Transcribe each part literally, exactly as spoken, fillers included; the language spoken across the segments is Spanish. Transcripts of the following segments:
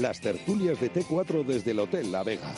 Las tertulias de T cuatro desde el Hotel La Vega.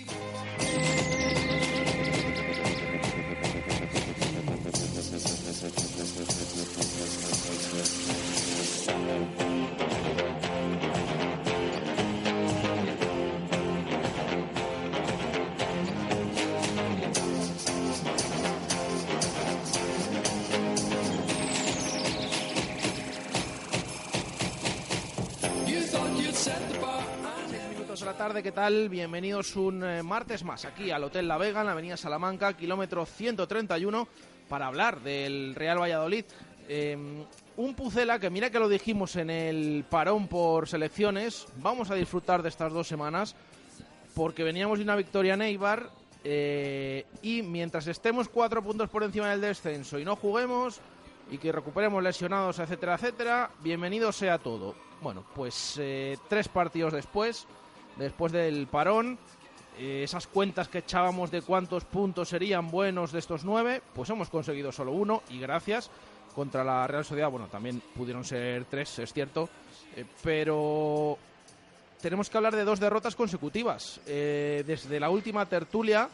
Tarde, ¿qué tal? Bienvenidos un eh, martes más aquí al Hotel La Vega, en la avenida Salamanca, kilómetro ciento treinta y uno, para hablar del Real Valladolid. Eh, un Pucela que, mira que lo dijimos en el parón por selecciones, vamos a disfrutar de estas dos semanas porque veníamos de una victoria en Eibar eh, y mientras estemos cuatro puntos por encima del descenso y no juguemos y que recuperemos lesionados, etcétera, etcétera, bienvenido sea todo. Bueno, pues eh, tres partidos después... Después del parón, eh, esas cuentas que echábamos de cuántos puntos serían buenos de estos nueve, pues hemos conseguido solo uno y gracias. Contra la Real Sociedad, bueno, también pudieron ser tres, es cierto, eh, pero tenemos que hablar de dos derrotas consecutivas. Eh, desde la última tertulia,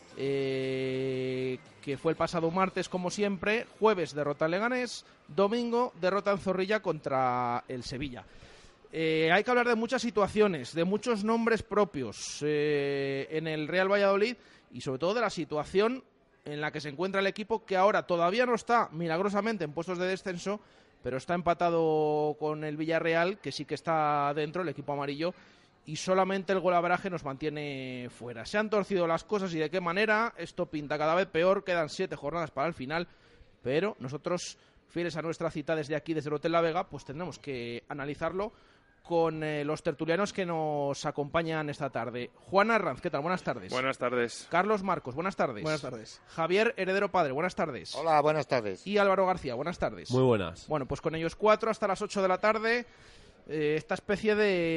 eh, que fue el pasado martes como siempre, jueves derrota en Leganés, domingo derrota en Zorrilla contra el Sevilla. Eh, hay que hablar de muchas situaciones, de muchos nombres propios eh, en el Real Valladolid y sobre todo de la situación en la que se encuentra el equipo, que ahora todavía no está milagrosamente en puestos de descenso, pero está empatado con el Villarreal, que sí que está dentro, el equipo amarillo, y solamente el golaveraje nos mantiene fuera. Se han torcido las cosas y de qué manera, esto pinta cada vez peor, quedan siete jornadas para el final, pero nosotros, fieles a nuestra cita desde aquí, desde el Hotel La Vega, pues tendremos que analizarlo con eh, los tertulianos que nos acompañan esta tarde. Juan Arranz, ¿qué tal? Buenas tardes. Buenas tardes. Carlos Marcos, buenas tardes. Buenas tardes. Javier Heredero Padre, buenas tardes. Hola, buenas tardes. Y Álvaro García, buenas tardes. Muy buenas. Bueno, pues con ellos cuatro hasta las ocho de la tarde, eh, esta especie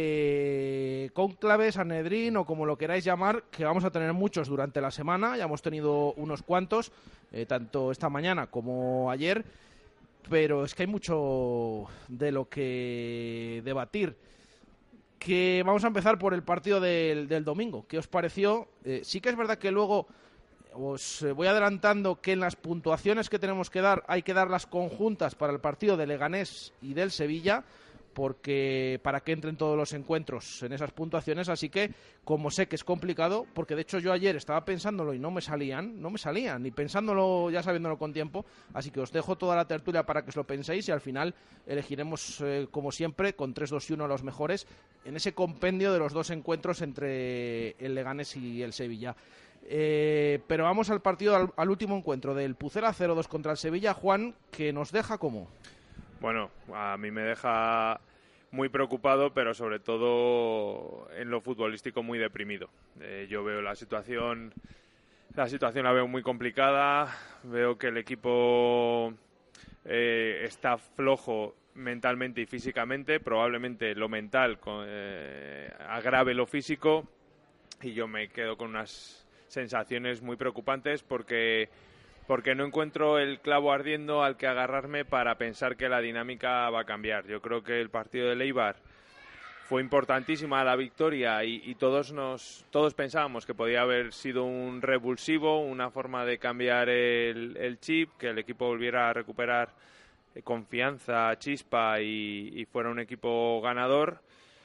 de cónclave, Sanedrín o como lo queráis llamar, que vamos a tener muchos durante la semana, ya hemos tenido unos cuantos, eh, tanto esta mañana como ayer, pero es que hay mucho de lo que debatir. Que vamos a empezar por el partido del, del domingo. ¿Qué os pareció? Eh, sí que es verdad que luego os voy adelantando que en las puntuaciones que tenemos que dar hay que darlas conjuntas para el partido de Leganés y del Sevilla, porque para que entren todos los encuentros en esas puntuaciones, así que como sé que es complicado, porque de hecho yo ayer estaba pensándolo y no me salían, no me salían, ni pensándolo ya sabiéndolo con tiempo, así que os dejo toda la tertulia para que os lo penséis y al final elegiremos eh, como siempre con tres, dos y uno los mejores en ese compendio de los dos encuentros entre el Leganés y el Sevilla. Eh, pero vamos al partido, al, al último encuentro del Pucela cero dos contra el Sevilla. Juan, que nos deja como... Bueno, a mí me deja muy preocupado, pero sobre todo en lo futbolístico muy deprimido. Eh, yo veo la situación, la situación la veo muy complicada, veo que el equipo eh, está flojo mentalmente y físicamente, probablemente lo mental eh, agrave lo físico y yo me quedo con unas sensaciones muy preocupantes porque... porque no encuentro el clavo ardiendo al que agarrarme para pensar que la dinámica va a cambiar. Yo creo que el partido de Eibar fue importantísima la victoria y, y todos nos todos pensábamos que podía haber sido un revulsivo, una forma de cambiar el, el chip, que el equipo volviera a recuperar confianza, chispa y, y fuera un equipo ganador.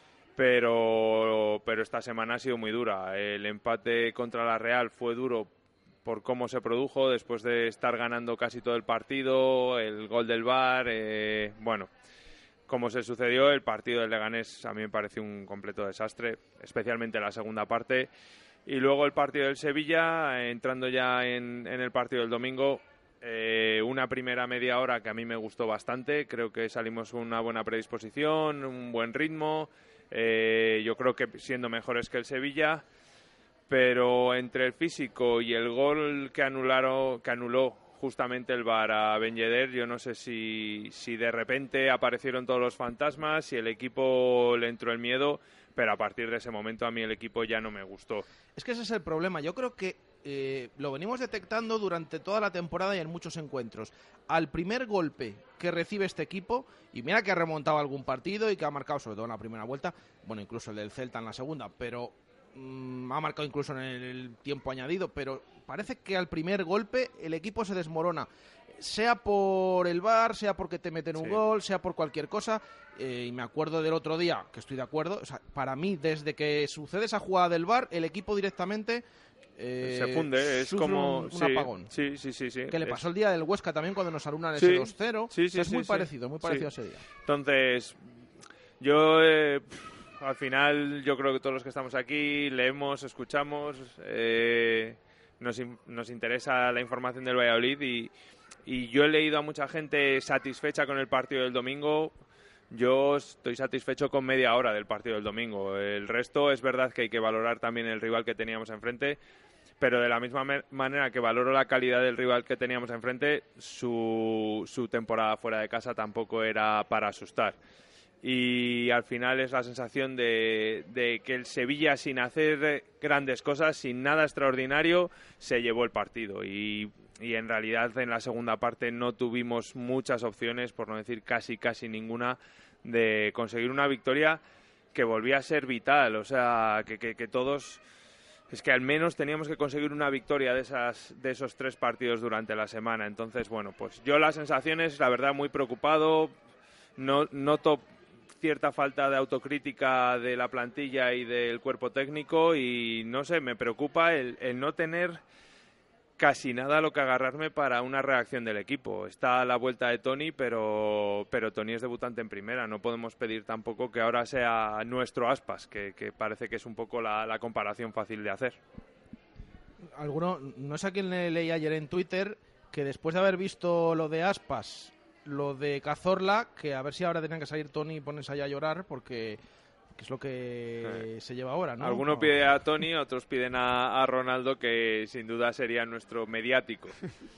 Pero, pero esta semana ha sido muy dura. El empate contra la Real fue duro por cómo se produjo después de estar ganando casi todo el partido, el gol del V A R, eh, bueno, como se sucedió. El partido del Leganés a mí me pareció un completo desastre, especialmente la segunda parte, y luego el partido del Sevilla, eh, entrando ya en, en el partido del domingo, eh, una primera media hora que a mí me gustó bastante, creo que salimos con una buena predisposición, un buen ritmo, eh, yo creo que siendo mejores que el Sevilla, pero entre el físico y el gol que anularon, que anuló justamente el V A R a Ben Yedder, yo no sé si, si de repente aparecieron todos los fantasmas, si el equipo le entró el miedo, pero a partir de ese momento a mí el equipo ya no me gustó. Es que ese es el problema. Yo creo que eh, lo venimos detectando durante toda la temporada y en muchos encuentros. Al primer golpe que recibe este equipo, y mira que ha remontado algún partido y que ha marcado, sobre todo en la primera vuelta, bueno, incluso el del Celta en la segunda, pero mmm, ha marcado incluso en el tiempo añadido, pero parece que al primer golpe el equipo se desmorona. Sea por el V A R, sea porque te meten un sí. gol, sea por cualquier cosa. Eh, y me acuerdo del otro día, que estoy de acuerdo, o sea, para mí, desde que sucede esa jugada del V A R, el equipo directamente eh, se funde, es como un, un sí, apagón. Sí, sí, sí, sí. Que le pasó es... el día del Huesca también cuando nos alunan sí, ese dos cero. Sí, sí, es sí, muy sí, parecido, muy parecido sí. a ese día. Entonces, yo eh, al final, yo creo que todos los que estamos aquí leemos, escuchamos, eh, nos, nos interesa la información del Valladolid y Y yo he leído a mucha gente satisfecha con el partido del domingo. Yo estoy satisfecho con media hora del partido del domingo. El resto es verdad que hay que valorar también el rival que teníamos enfrente, pero de la misma manera que valoro la calidad del rival que teníamos enfrente, su, su temporada fuera de casa tampoco era para asustar. Y al final es la sensación de, de que el Sevilla, sin hacer grandes cosas, sin nada extraordinario, se llevó el partido. Y Y en realidad en la segunda parte no tuvimos muchas opciones, por no decir casi, casi ninguna, de conseguir una victoria que volvía a ser vital. O sea, que, que, que todos... Es que al menos teníamos que conseguir una victoria de, esas, de esos tres partidos durante la semana. Entonces, bueno, pues yo las sensaciones, la verdad, muy preocupado. No, noto cierta falta de autocrítica de la plantilla y del cuerpo técnico y, no sé, me preocupa el, el no tener casi nada a lo que agarrarme para una reacción del equipo. Está a la vuelta de Toni, pero, pero Toni es debutante en primera. No podemos pedir tampoco que ahora sea nuestro Aspas, que, que parece que es un poco la, la comparación fácil de hacer. Alguno, no sé a quién le leí ayer en Twitter, que después de haber visto lo de Aspas, lo de Cazorla, que a ver si ahora tenían que salir Toni y ponerse allá a llorar, porque... que es lo que eh. se lleva ahora, ¿no? Algunos o... piden a Toni, otros piden a, a Ronaldo, que sin duda sería nuestro mediático.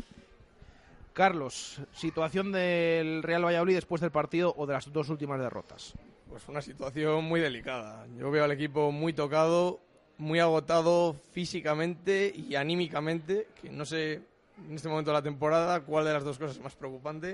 Carlos, situación del Real Valladolid después del partido o de las dos últimas derrotas. Pues una situación muy delicada. Yo veo al equipo muy tocado, muy agotado físicamente y anímicamente, que no sé en este momento de la temporada cuál de las dos cosas es más preocupante.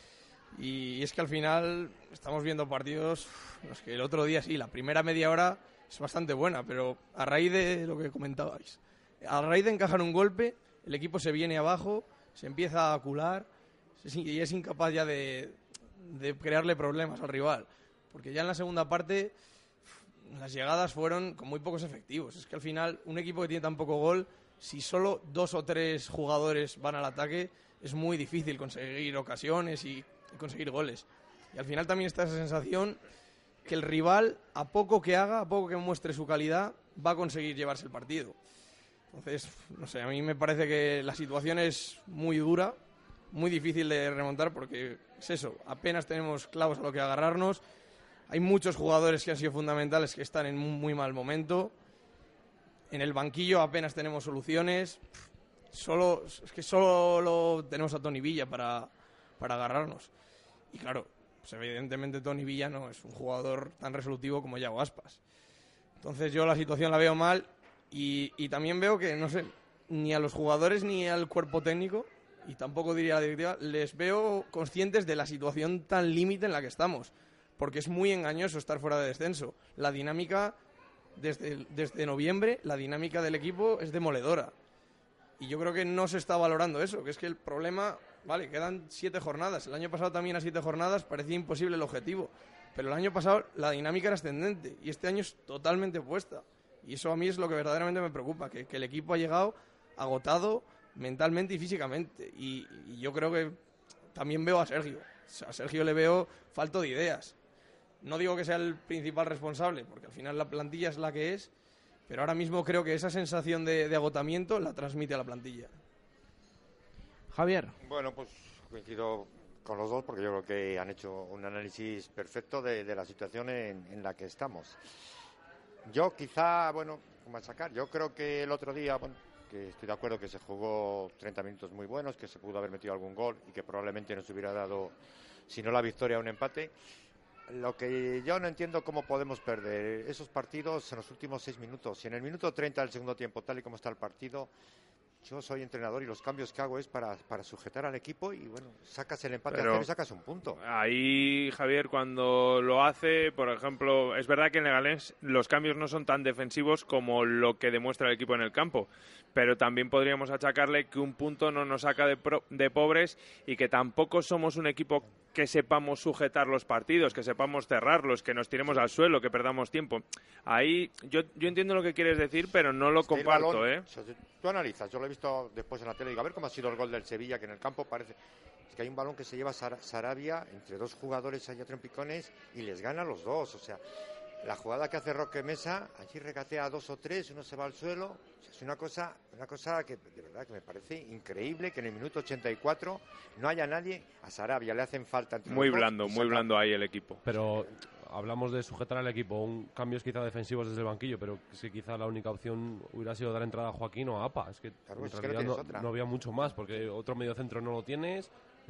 Y es que al final estamos viendo partidos, los que el otro día sí, la primera media hora es bastante buena, pero a raíz de lo que comentabais, a raíz de encajar un golpe, el equipo se viene abajo, se empieza a acular y es incapaz ya de, de crearle problemas al rival, porque ya en la segunda parte las llegadas fueron con muy pocos efectivos. Es que al final un equipo que tiene tan poco gol, si solo dos o tres jugadores van al ataque, es muy difícil conseguir ocasiones y conseguir goles. Y al final también está esa sensación que el rival, a poco que haga, a poco que muestre su calidad, va a conseguir llevarse el partido. Entonces, no sé, a mí me parece que la situación es muy dura, muy difícil de remontar, porque es eso, apenas tenemos clavos a lo que agarrarnos. Hay muchos jugadores que han sido fundamentales que están en un muy mal momento. En el banquillo apenas tenemos soluciones. Solo, es que solo tenemos a Toni Villa para, para agarrarnos. Y claro, pues evidentemente Toni Villa no es un jugador tan resolutivo como Yago Aspas. Entonces yo la situación la veo mal y, y también veo que, no sé, ni a los jugadores ni al cuerpo técnico, y tampoco diría a la directiva, les veo conscientes de la situación tan límite en la que estamos. Porque es muy engañoso estar fuera de descenso. La dinámica, desde, desde noviembre, la dinámica del equipo es demoledora. Y yo creo que no se está valorando eso, que es que el problema... Vale, quedan siete jornadas. El año pasado también a siete jornadas parecía imposible el objetivo. Pero el año pasado la dinámica era ascendente y este año es totalmente opuesta. Y eso a mí es lo que verdaderamente me preocupa, que, que el equipo ha llegado agotado mentalmente y físicamente. Y, y yo creo que también veo a Sergio. A Sergio le veo falto de ideas. No digo que sea el principal responsable, porque al final la plantilla es la que es, pero ahora mismo creo que esa sensación de, de agotamiento la transmite a la plantilla. Javier. Bueno, pues coincido con los dos porque yo creo que han hecho un análisis perfecto de, de la situación en, en la que estamos. Yo quizá, bueno, machacar, yo creo que el otro día, bueno, que estoy de acuerdo que se jugó treinta minutos muy buenos, que se pudo haber metido algún gol y que probablemente nos hubiera dado, si no la victoria, un empate. Lo que yo no entiendo cómo podemos perder esos partidos en los últimos seis minutos. Si en el minuto treinta del segundo tiempo, tal y como está el partido, yo soy entrenador y los cambios que hago es para, para sujetar al equipo y, bueno, sacas el empate Pero a cero y sacas un punto. Ahí, Javier, cuando lo hace, por ejemplo, es verdad que en Leganés los cambios no son tan defensivos como lo que demuestra el equipo en el campo, pero también podríamos achacarle que un punto no nos saca de, pro, de pobres y que tampoco somos un equipo que sepamos sujetar los partidos, que sepamos cerrarlos, que nos tiremos al suelo, que perdamos tiempo. Ahí yo, yo entiendo lo que quieres decir, pero no lo Este comparto, balón, ¿eh? O sea, tú analizas, yo lo he visto después en la tele, digo, a ver cómo ha sido el gol del Sevilla, que en el campo parece... Es que hay un balón que se lleva Sar Sarabia entre dos jugadores allá trompicones y les gana a los dos, o sea... La jugada que hace Roque Mesa, allí regatea a dos o tres, uno se va al suelo. O sea, es una cosa, una cosa que de verdad que me parece increíble que en el minuto ochenta y cuatro no haya nadie. A Sarabia le hacen falta. Entre muy los dos blando, muy blando ahí el equipo. Pero hablamos de sujetar al equipo, un cambios quizá defensivos desde el banquillo, pero sí quizá la única opción hubiera sido dar entrada a Joaquín o a Apa. Es que Claro, en es que realidad no no, tienes otra. no había mucho más, porque otro mediocentro no lo tienes.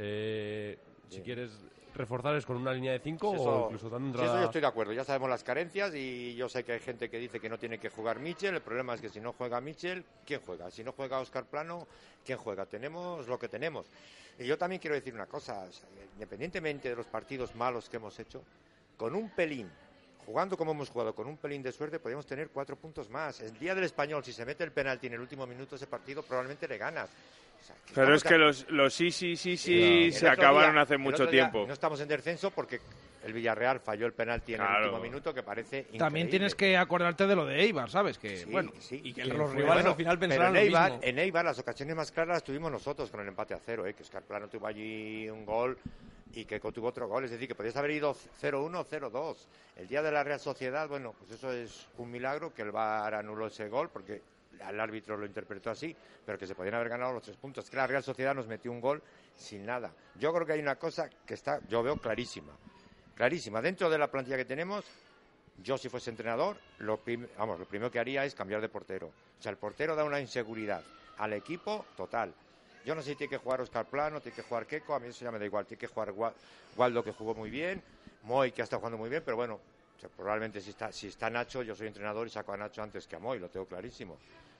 Eh, si Bien. quieres reforzar es con una línea de cinco Si o eso- incluso dando si entrada... eso yo estoy de acuerdo, ya sabemos las carencias y yo sé que hay gente que dice que no tiene que jugar Mitchell. El problema es que si no juega Mitchell, ¿quién juega? Si no juega Óscar Plano, ¿quién juega? Tenemos lo que tenemos. Y yo también quiero decir una cosa, o sea, independientemente de los partidos malos que hemos hecho, con un pelín, jugando como hemos jugado, con un pelín de suerte, podríamos tener cuatro puntos más. El día del Español, si se mete el penalti en el último minuto de ese partido, probablemente le ganas. O sea, que Pero estamos es que a- los, los sí, sí, sí, sí El se otro acabaron día- hace el mucho otro día tiempo. No estamos en descenso porque el Villarreal falló el penalti en Claro. el último minuto, que parece increíble. También tienes que acordarte de lo de Eibar, ¿sabes? Que, Sí, bueno, sí. y que Sí, los fue rivales bueno, al final pero pensaron en lo Eibar, mismo. en Eibar las ocasiones más claras las tuvimos nosotros con el empate a cero, ¿eh? Que Óscar Plano tuvo allí un gol y que tuvo otro gol, es decir, que podías haber ido cero uno, cero dos. El día de la Real Sociedad, bueno, pues eso es un milagro, que el V A R anuló ese gol porque el árbitro lo interpretó así, pero que se podían haber ganado los tres puntos. Es que la Real Sociedad nos metió un gol sin nada. Yo creo que hay una cosa que está, yo veo clarísima, clarísima. Dentro de la plantilla que tenemos, yo si fuese entrenador, lo, prim vamos, lo primero que haría es cambiar de portero. O sea, el portero da una inseguridad al equipo total. Yo no sé si tiene que jugar Óscar Plano, tiene que jugar Keco, a mí eso ya me da igual. Tiene que jugar Waldo, que jugó muy bien, Moy, que ha estado jugando muy bien, pero bueno, o sea, probablemente si está, si está Nacho, yo soy entrenador y saco a Nacho antes que a Moy, lo tengo clarísimo.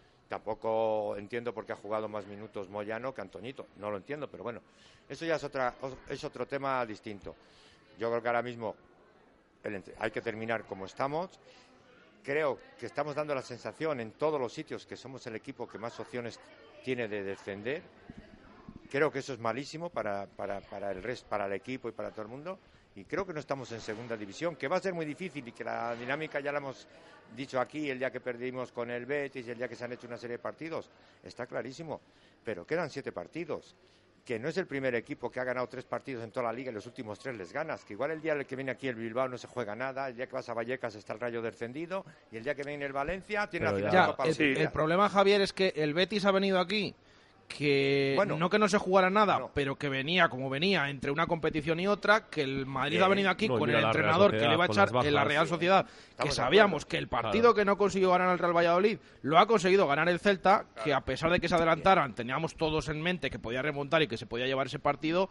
Tampoco entiendo por qué ha jugado más minutos Moyano que Antoñito, no lo entiendo, pero bueno, eso ya es, otra, es otro tema distinto. Yo creo que ahora mismo el, hay que terminar como estamos. Creo que estamos dando la sensación en todos los sitios que somos el equipo que más opciones tiene de descender. Creo que eso es malísimo para, para, para el resto, para el equipo y para todo el mundo. Y creo que no estamos en segunda división, que va a ser muy difícil y que la dinámica ya la hemos dicho aquí el día que perdimos con el Betis y el día que se han hecho una serie de partidos. Está clarísimo, pero quedan siete partidos. Que no es el primer equipo que ha ganado tres partidos en toda la liga y los últimos tres les ganas. Que igual el día que viene aquí el Bilbao no se juega nada, el día que vas a Vallecas está el Rayo descendido y el día que viene el Valencia tiene Pero la final ya, de Copa el, Australia. el problema, Javier, es que el Betis ha venido aquí que Bueno, no que no se jugara nada, no. pero que venía como venía entre una competición y otra, que el Madrid Bien. ha venido aquí No, y con mira el la Real entrenador que Sociedad le va a con echar las bajas, en la Real sí. Sociedad, que Estamos de sabíamos acuerdo. que el partido Claro. que no consiguió ganar el Real Valladolid lo ha conseguido ganar el Celta, que a pesar de que se adelantaran, teníamos todos en mente que podía remontar y que se podía llevar ese partido,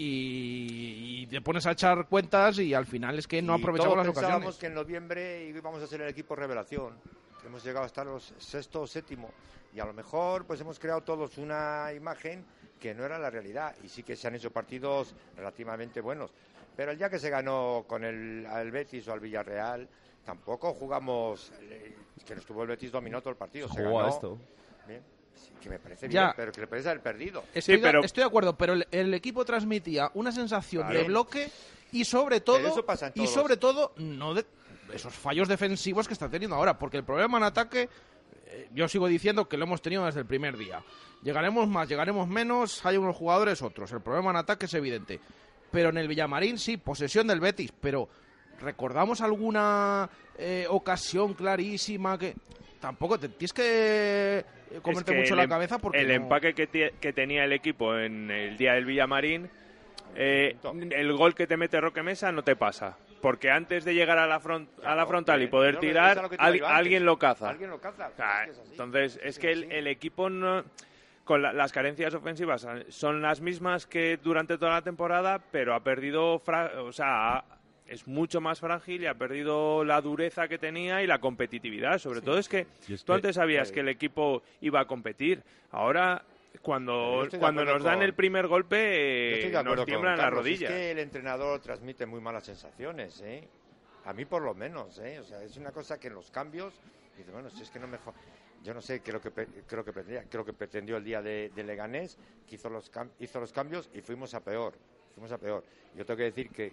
y, y te pones a echar cuentas y al final es que no Y aprovechamos todos las pensábamos ocasiones. que en noviembre íbamos a ser el equipo revelación. Hemos llegado a estar los sexto o séptimo y a lo mejor pues hemos creado todos una imagen que no era la realidad y sí que se han hecho partidos relativamente buenos. Pero el día que se ganó con el al Betis o al Villarreal tampoco jugamos, eh, que nos tuvo el Betis dominó todo el partido. Se Jugó a ganó, esto. bien, sí, que me parece Ya. bien, pero que le puedes haber perdido. Estoy, Sí, pero- de, estoy de acuerdo, pero el, el equipo transmitía una sensación Claro. de bloque y sobre todo, Pero eso pasa en y todos sobre todo no de esos fallos defensivos que está teniendo ahora, porque el problema en ataque, eh, yo sigo diciendo que lo hemos tenido desde el primer día. Llegaremos más, llegaremos menos, hay unos jugadores, otros. El problema en ataque es evidente. Pero en el Villamarín sí, posesión del Betis, pero ¿recordamos alguna eh, ocasión clarísima que tampoco te tienes que eh, comerte Es que mucho el la em- cabeza porque el no- empaque que, tie- que tenía el equipo en el día del Villamarín, eh, el gol que te mete Roque Mesa no te pasa, porque antes de llegar a la, front- a la frontal y poder Pero, pero, tirar, eso es lo que te iba al- yo antes. alguien lo caza. Alguien lo caza. O sea, Es que es así. entonces, es que el, así. el equipo no, con la- las carencias ofensivas son las mismas que durante toda la temporada, pero ha perdido, fra- o sea, ha- es mucho más frágil y ha perdido la dureza que tenía y la competitividad. Sobre sí. todo es que es tú que, antes sabías sí. que el equipo iba a competir. Ahora, cuando, cuando nos dan con... el primer golpe, eh, nos tiemblan las rodillas. Es que el entrenador transmite muy malas sensaciones, ¿eh? A mí por lo menos, ¿eh? O sea, es una cosa que en los cambios, dice, bueno, si es que no me... Yo no sé, creo que creo que pretendía, creo que pretendió el día de, de Leganés, que hizo los, hizo los cambios y fuimos a peor. Fuimos a peor. Yo tengo que decir que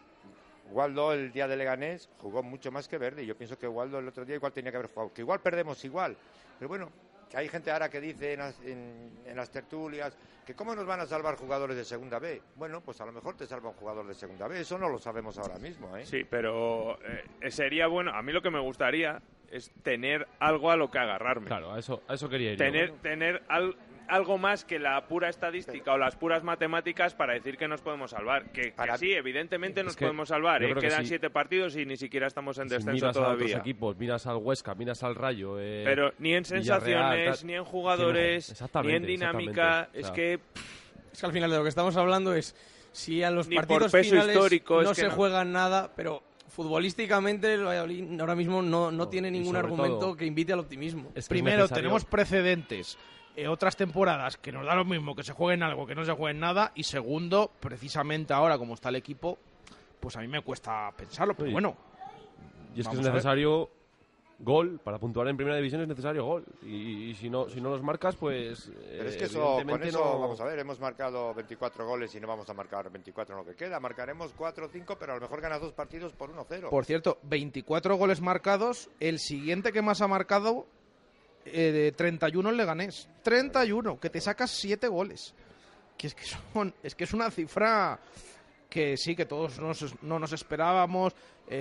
Waldo el día de Leganés jugó mucho más que Verdi. Yo pienso que Waldo el otro día igual tenía que haber jugado. Que igual perdemos igual. Pero bueno, que hay gente ahora que dice en las, en, en las tertulias que cómo nos van a salvar jugadores de segunda B. Bueno, pues a lo mejor te salva un jugador de segunda B. Eso no lo sabemos ahora mismo, ¿eh? Sí, pero eh, sería bueno. A mí lo que me gustaría es tener algo a lo que agarrarme. Claro, a eso, a eso quería ir. Tener, yo. tener al, algo más que la pura estadística o las puras matemáticas para decir que nos podemos salvar. Que, que sí, evidentemente nos podemos salvar. ¿eh? Quedan sí. siete partidos y ni siquiera estamos en descenso si miras todavía. A otros equipos, miras al Huesca, miras al Rayo. Eh, Pero ni en sensaciones, Villarreal, ni en jugadores, no, ni en dinámica. O sea, es que. Es que al final de lo que estamos hablando es si a los partidos finales histórico, no es se no. juegan nada, pero futbolísticamente el Valladolid ahora mismo no, no, no tiene ningún argumento todo, que invite al optimismo. Es que Primero, es tenemos precedentes, eh, otras temporadas que nos da lo mismo que se jueguen algo, que no se jueguen nada. Y segundo, precisamente ahora como está el equipo, pues a mí me cuesta pensarlo, pero sí. bueno. Y es que es necesario gol, para puntuar en primera división es necesario gol. Y, y si no si no los marcas, pues pero es que eso, con eso, no... vamos a ver, hemos marcado veinticuatro goles y no vamos a marcar veinticuatro en lo que queda. Marcaremos cuatro o cinco, pero a lo mejor ganas dos partidos por uno cero. Por cierto, veinticuatro goles marcados. El siguiente que más ha marcado, eh, de treinta y uno el Leganés. treinta y uno, que te sacas siete goles. Que es que son, es que es una cifra que sí, que todos nos, no nos esperábamos,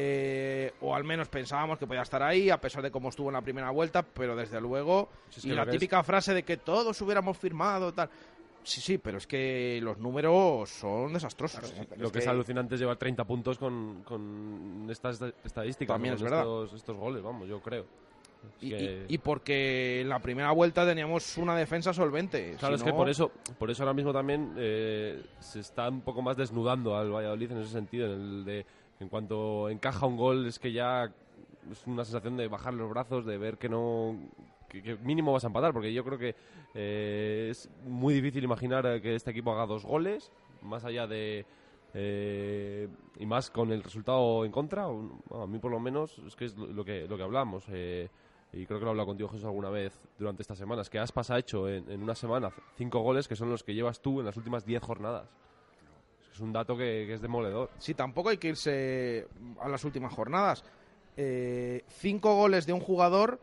eh, o al menos pensábamos que podía estar ahí, a pesar de cómo estuvo en la primera vuelta, pero desde luego, sí, y la típica es... frase de que todos hubiéramos firmado, tal. Sí, sí, pero es que los números son desastrosos. Claro, ¿eh? Lo es que es alucinante es llevar treinta puntos con, con estas estadísticas, también con es verdad. Estos, estos goles, vamos, yo creo. Y, que... y, y porque en la primera vuelta teníamos una defensa solvente. Claro, si es no... que por eso por eso ahora mismo también eh, se está un poco más desnudando al Valladolid en ese sentido, en el de en cuanto encaja un gol es que ya es una sensación de bajar los brazos, de ver que no que, que mínimo vas a empatar, porque yo creo que eh, es muy difícil imaginar que este equipo haga dos goles, más allá de Eh, y más con el resultado en contra. Bueno, a mí por lo menos es que es lo que lo que hablamos, eh, y creo que lo he hablado contigo, Jesús, alguna vez durante estas semanas, que Aspas ha hecho en, en una semana cinco goles que son los que llevas tú en las últimas diez jornadas. Es un dato que, que es demoledor. Sí, tampoco hay que irse a las últimas jornadas. Eh, cinco goles de un jugador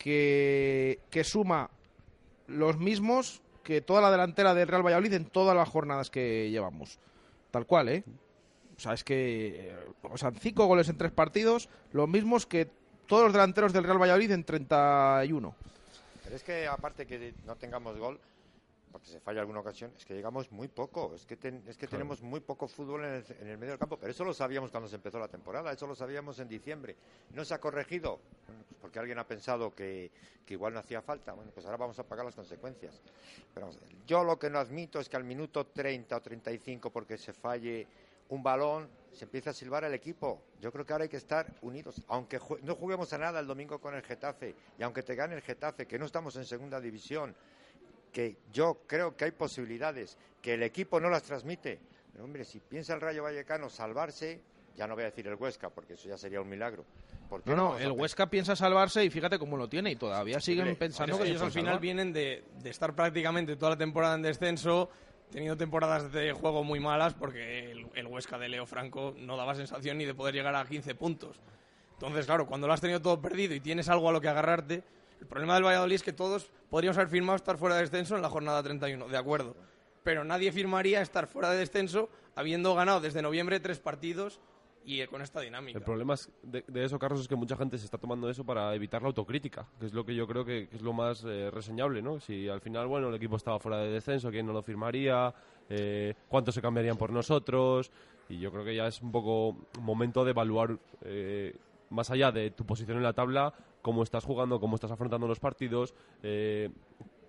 que, que suma los mismos que toda la delantera del Real Valladolid en todas las jornadas que llevamos. Tal cual, ¿eh? O sea, es que... O sea, cinco goles en tres partidos, los mismos que todos los delanteros del Real Valladolid en treinta y uno. Pero es que, aparte que no tengamos gol, porque se falla alguna ocasión, es que llegamos muy poco. Es que, ten, es que claro. tenemos muy poco fútbol en el, en el medio del campo. Pero eso lo sabíamos cuando se empezó la temporada, eso lo sabíamos en diciembre. ¿No se ha corregido? Bueno, pues porque alguien ha pensado que, que igual no hacía falta. Bueno, pues ahora vamos a pagar las consecuencias. Pero vamos, yo lo que no admito es que al minuto treinta o treinta y cinco, porque se falle un balón, se empieza a silbar el equipo. Yo creo que ahora hay que estar unidos. Aunque ju- no juguemos a nada el domingo con el Getafe, y aunque te gane el Getafe, que no estamos en segunda división, que yo creo que hay posibilidades, que el equipo no las transmite. Pero hombre, si piensa el Rayo Vallecano salvarse, ya no voy a decir el Huesca, porque eso ya sería un milagro. No, no, el Huesca piensa salvarse y fíjate cómo lo tiene, y todavía siguen Hombre, pensando que que ellos al final salvar. vienen de, de estar prácticamente toda la temporada en descenso, teniendo temporadas de juego muy malas, porque el, el Huesca de Leo Franco no daba sensación ni de poder llegar a quince puntos. Entonces, claro, cuando lo has tenido todo perdido y tienes algo a lo que agarrarte, el problema del Valladolid es que todos podríamos haber firmado estar fuera de descenso en la jornada treinta y uno, de acuerdo. Pero nadie firmaría estar fuera de descenso habiendo ganado desde noviembre tres partidos y con esta dinámica. El problema es de, de eso, Carlos, es que mucha gente se está tomando eso para evitar la autocrítica, que es lo que yo creo que, que es lo más eh, reseñable, ¿no? Si al final, bueno, el equipo estaba fuera de descenso, ¿quién no lo firmaría? Eh, ¿Cuántos se cambiarían por nosotros? Y yo creo que ya es un poco momento de evaluar, eh, más allá de tu posición en la tabla, cómo estás jugando, cómo estás afrontando los partidos, eh,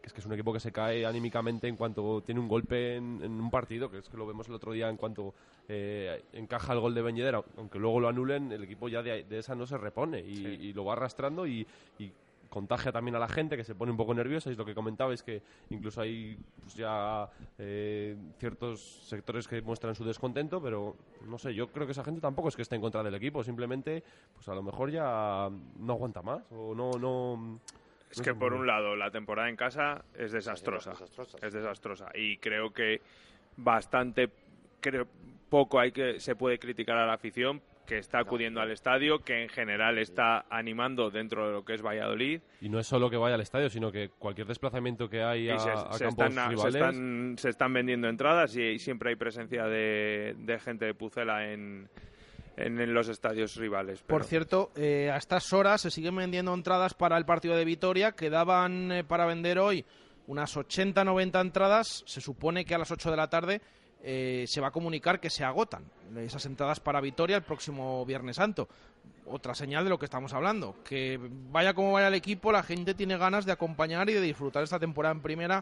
es que es un equipo que se cae anímicamente en cuanto tiene un golpe en, en un partido, que es que lo vemos el otro día en cuanto eh, encaja el gol de Ben Yedder, aunque luego lo anulen, el equipo ya de, de esa no se repone y, sí. y lo va arrastrando y, y contagia también a la gente, que se pone un poco nerviosa. Y es lo que comentabais, que incluso hay pues ya eh, ciertos sectores que muestran su descontento, pero no sé, yo creo que esa gente tampoco es que esté en contra del equipo, simplemente pues a lo mejor ya no aguanta más o no... no es que por un lado la temporada en casa es desastrosa, es desastrosa y creo que bastante creo poco hay que se puede criticar a la afición, que está acudiendo al estadio, que en general está animando dentro de lo que es Valladolid. Y no es solo que vaya al estadio, sino que cualquier desplazamiento que hay a, se, a se campos están, rivales... Se están, se están vendiendo entradas y, y siempre hay presencia de, de gente de Pucela en, en, en los estadios rivales. Pero... Por cierto, eh, a estas horas se siguen vendiendo entradas para el partido de Vitoria. Quedaban eh, para vender hoy unas ochenta noventa entradas. Se supone que a las ocho de la tarde... Eh, se va a comunicar que se agotan esas entradas para Vitoria el próximo Viernes Santo. Otra señal de lo que estamos hablando, que vaya como vaya el equipo, la gente tiene ganas de acompañar y de disfrutar esta temporada en primera,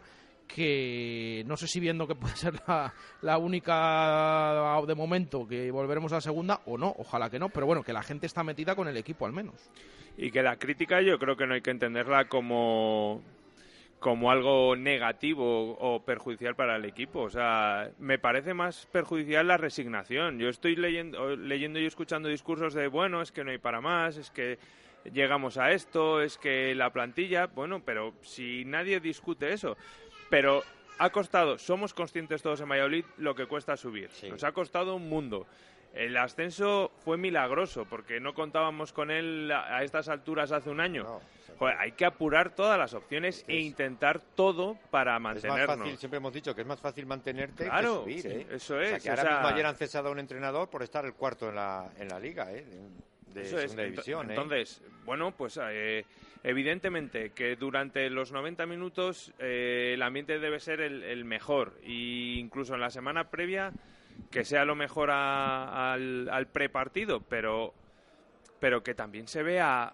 que no sé si viendo que puede ser la, la única de momento que volveremos a la segunda o no, ojalá que no, pero bueno, que la gente está metida con el equipo al menos. Y que la crítica yo creo que no hay que entenderla como... como algo negativo o perjudicial para el equipo. O sea, me parece más perjudicial la resignación. Yo estoy leyendo, leyendo y escuchando discursos de, bueno, es que no hay para más, es que llegamos a esto, es que la plantilla... Bueno, pero si nadie discute eso. Pero ha costado, somos conscientes todos en Valladolid lo que cuesta subir. Sí. Nos ha costado un mundo. El ascenso fue milagroso, porque no contábamos con él a estas alturas hace un año. No, Joder, hay que apurar todas las opciones e intentar todo para mantenernos. Es más fácil, siempre hemos dicho que es más fácil mantenerte claro, que subir, ¿eh? Eso es. O sea, que ahora o sea... mismo ayer han cesado a un entrenador por estar el cuarto en la, en la liga, ¿eh? De, de segunda es. división, ¿eh? Entonces, bueno, pues eh, evidentemente que durante los noventa minutos eh, el ambiente debe ser el, el mejor. Y incluso en la semana previa... que sea lo mejor a, al, al prepartido, pero, pero que también se vea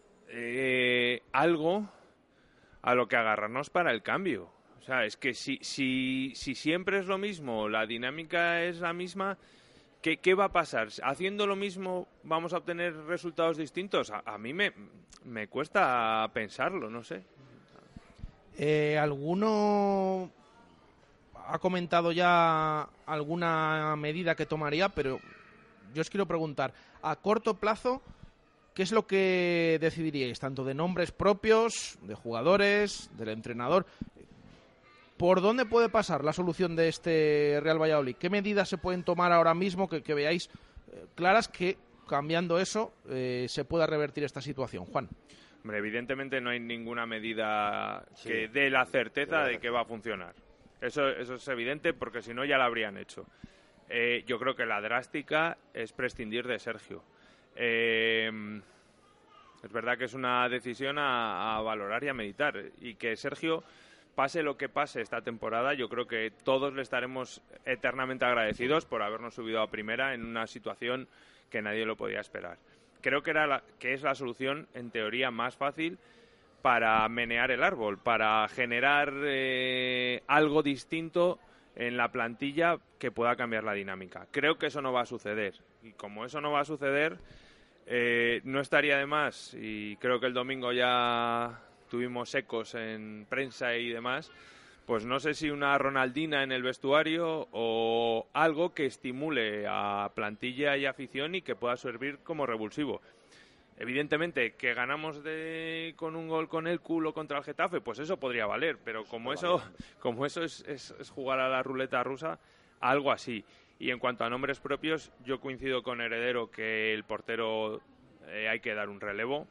eh, algo a lo que agarrarnos para el cambio. O sea, es que si, si, si siempre es lo mismo, la dinámica es la misma, ¿qué, qué va a pasar? ¿Haciendo lo mismo vamos a obtener resultados distintos? A, a mí me, me cuesta pensarlo, no sé. Eh, ¿Alguno... ha comentado ya alguna medida que tomaría, pero yo os quiero preguntar, a corto plazo, ¿qué es lo que decidiríais? Tanto de nombres propios, de jugadores, del entrenador. ¿Por dónde puede pasar la solución de este Real Valladolid? ¿Qué medidas se pueden tomar ahora mismo que, que veáis eh, claras que, cambiando eso, eh, se pueda revertir esta situación? Juan. Hombre, evidentemente no hay ninguna medida sí. que dé la certeza de que va a funcionar. Eso, eso es evidente, porque si no ya lo habrían hecho. Eh, yo creo que la drástica es prescindir de Sergio. Eh, es verdad que es una decisión a, a valorar y a meditar. Y que Sergio, pase lo que pase esta temporada, yo creo que todos le estaremos eternamente agradecidos por habernos subido a primera en una situación que nadie lo podía esperar. Creo que, era la, que es la solución, en teoría, más fácil para menear el árbol, para generar eh, algo distinto en la plantilla que pueda cambiar la dinámica. Creo que eso no va a suceder. Y como eso no va a suceder, eh, no estaría de más, y creo que el domingo ya tuvimos ecos en prensa y demás, pues no sé si una Ronaldina en el vestuario o algo que estimule a plantilla y afición y que pueda servir como revulsivo. Evidentemente, que ganamos de, con un gol con el culo contra el Getafe, pues eso podría valer, pero como eso, como eso es, es, es jugar a la ruleta rusa, algo así. Y en cuanto a nombres propios, yo coincido con Heredero que el portero eh, hay que dar un relevo,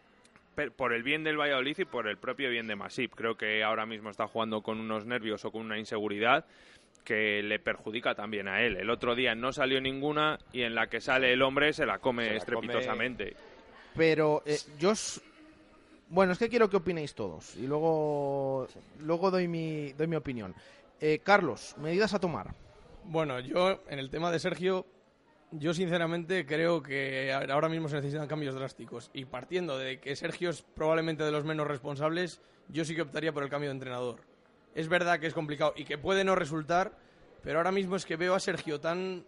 por el bien del Valladolid y por el propio bien de Masip. Creo que ahora mismo está jugando con unos nervios o con una inseguridad que le perjudica también a él. El otro día no salió ninguna y en la que sale el hombre se la come se la estrepitosamente. Come... Pero eh, yo... Os... Bueno, es que quiero que opinéis todos y luego, sí. luego doy, mi, doy mi opinión. Eh, Carlos, medidas a tomar. Bueno, yo en el tema de Sergio Yo sinceramente creo que ahora mismo se necesitan cambios drásticos y partiendo de que Sergio es probablemente de los menos responsables, yo sí que optaría por el cambio de entrenador. Es verdad que es complicado y que puede no resultar, pero ahora mismo es que veo a Sergio tan,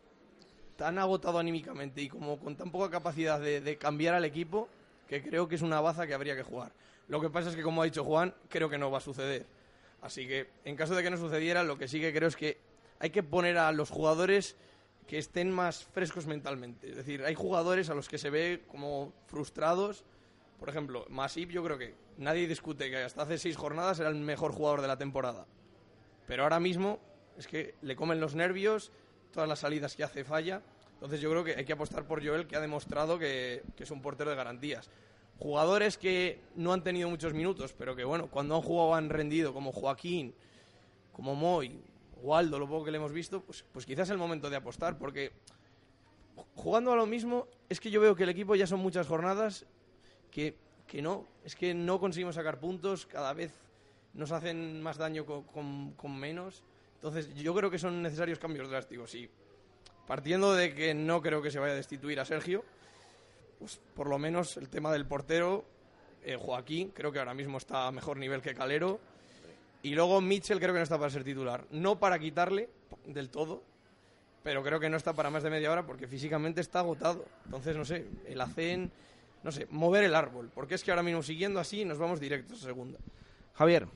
tan agotado anímicamente y como con tan poca capacidad de, de cambiar al equipo que creo que es una baza que habría que jugar. Lo que pasa es que, como ha dicho Juan, creo que no va a suceder. Así que, en caso de que no sucediera, lo que sí que creo es que hay que poner a los jugadores que estén más frescos mentalmente. Es decir, hay jugadores a los que se ve como frustrados. Por ejemplo, Masip, yo creo que nadie discute que hasta hace seis jornadas era el mejor jugador de la temporada. Pero ahora mismo es que le comen los nervios, todas las salidas que hace falla. Entonces yo creo que hay que apostar por Joel, que ha demostrado que, que es un portero de garantías. Jugadores que no han tenido muchos minutos, pero que bueno, cuando han jugado han rendido, como Joaquín, como Moy, Waldo, lo poco que le hemos visto, pues, pues quizás es el momento de apostar, porque jugando a lo mismo, es que yo veo que el equipo ya son muchas jornadas que, que no, es que no conseguimos sacar puntos, cada vez nos hacen más daño con, con, con menos. Entonces yo creo que son necesarios cambios drásticos y partiendo de que no creo que se vaya a destituir a Sergio, pues por lo menos el tema del portero, eh, Joaquín, creo que ahora mismo está a mejor nivel que Calero. Y luego Mitchell creo que no está para ser titular. No para quitarle del todo, pero creo que no está para más de media hora porque físicamente está agotado. Entonces, no sé, el hacen, no sé, mover el árbol. Porque es que ahora mismo siguiendo así nos vamos directos a segunda. Javier.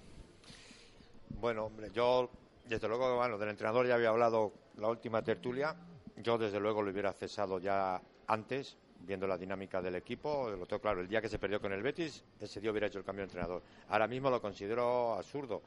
Bueno, hombre, yo desde luego, bueno, del entrenador ya había hablado la última tertulia. Yo desde luego lo hubiera cesado ya antes, viendo la dinámica del equipo. Lo tengo claro, el día que se perdió con el Betis, ese día hubiera hecho el cambio de entrenador. Ahora mismo lo considero absurdo,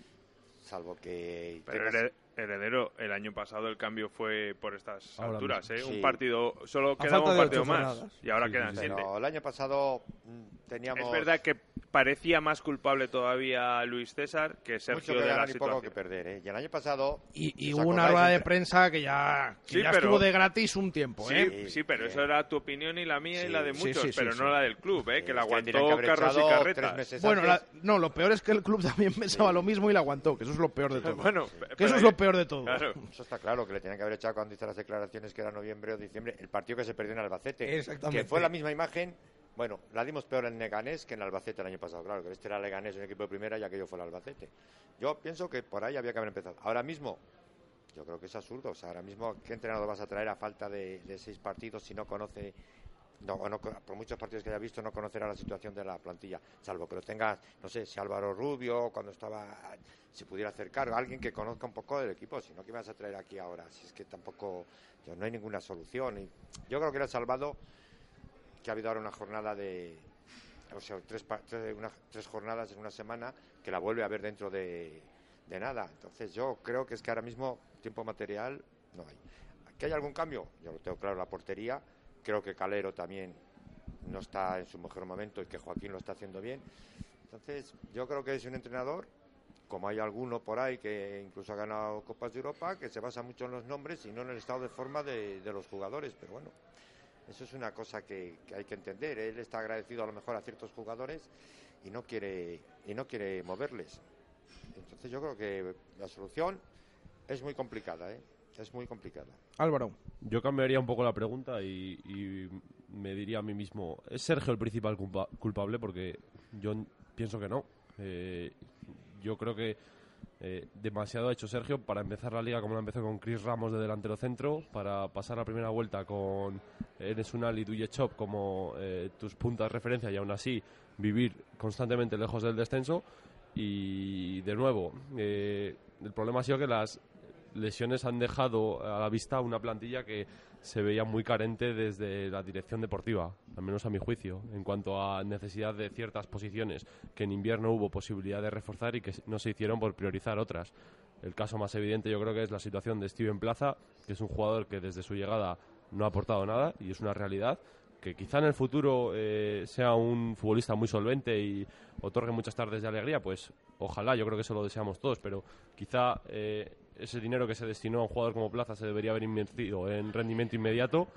salvo que... Pero tengas... Heredero, el año pasado el cambio fue por estas Ahora alturas, ¿eh? Sí. Un partido, solo A quedaba falta un de partido ocho más jornadas. y ahora Sí, quedan sí, sí. siete. Pero el año pasado mm, teníamos... Es verdad que parecía más culpable todavía Luis César que mucho Sergio que de la ganar y poco situación. que perder, ¿eh? Y el año pasado... Y, y ¿os hubo una acordáis? rueda de Entre- prensa que ya, que Sí, ya pero- estuvo de gratis un tiempo, Sí, ¿eh? sí, pero bien. eso era tu opinión y la mía Sí. y la de Sí, muchos, sí, sí, pero sí. no la del club, ¿eh? Que la Es que aguantó tendrían que haber carros y echado tres carretas. meses Bueno, la- antes. no, lo peor es que el club también pensaba lo mismo y la aguantó, que eso es lo peor de todo. Bueno, que pero eso es ahí- lo peor de todo. Claro. Eso está claro, que le tenían que haber echado cuando hizo las declaraciones que era noviembre o diciembre, el partido que se perdió en Albacete. Exactamente. Que fue la misma imagen, bueno, la dimos peor en Leganés que en Albacete el año pasado. Claro, que este era Leganés, un equipo de primera, y aquello fue el Albacete. Yo pienso que por ahí había que haber empezado. Ahora mismo, yo creo que es absurdo. O sea, ahora mismo, ¿qué entrenador vas a traer a falta de, de seis partidos si no conoce... No, o no, por muchos partidos que haya visto, no conocerá la situación de la plantilla, salvo que lo tengas, no sé, si Álvaro Rubio, cuando estaba, se pudiera acercar, alguien que conozca un poco del equipo, si no, ¿qué vas a traer aquí ahora? Si es que tampoco, yo, no hay ninguna solución. Y yo creo que le ha salvado que ha habido ahora una jornada de, o sea, tres, pa- tres, una- tres jornadas en una semana, que la vuelve a ver dentro de, de nada. Entonces yo creo que es que ahora mismo tiempo material no hay. ¿Que hay algún cambio? Yo lo tengo claro, la portería. Creo que Calero también no está en su mejor momento y que Joaquín lo está haciendo bien. Entonces, yo creo que es un entrenador, como hay alguno por ahí que incluso ha ganado Copas de Europa, que se basa mucho en los nombres y no en el estado de forma de, de los jugadores. Pero bueno, eso es una cosa que, que hay que entender. Él está agradecido a lo mejor a ciertos jugadores y no quiere, y no quiere moverles. Entonces, yo creo que la solución es muy complicada, ¿eh? Es muy complicada. Álvaro. Yo cambiaría un poco la pregunta y, y me diría a mí mismo, ¿es Sergio el principal culpa- culpable? Porque yo n- pienso que no. Eh, yo creo que eh, demasiado ha hecho Sergio para empezar la liga como la empezó con Chris Ramos de delantero centro, para pasar la primera vuelta con Enes Unal y Duye Chop como eh, tus puntas de referencia y aún así vivir constantemente lejos del descenso. Y de nuevo, eh, el problema ha sido que las lesiones han dejado a la vista una plantilla que se veía muy carente desde la dirección deportiva, al menos a mi juicio, en cuanto a necesidad de ciertas posiciones que en invierno hubo posibilidad de reforzar y que no se hicieron por priorizar otras. El caso más evidente yo creo que es la situación de Steven Plaza, que es un jugador que desde su llegada no ha aportado nada y es una realidad, que quizá en el futuro eh, sea un futbolista muy solvente y otorgue muchas tardes de alegría, pues ojalá, yo creo que eso lo deseamos todos, pero quizá eh, ese dinero que se destinó a un jugador como Plaza se debería haber invertido en rendimiento inmediato.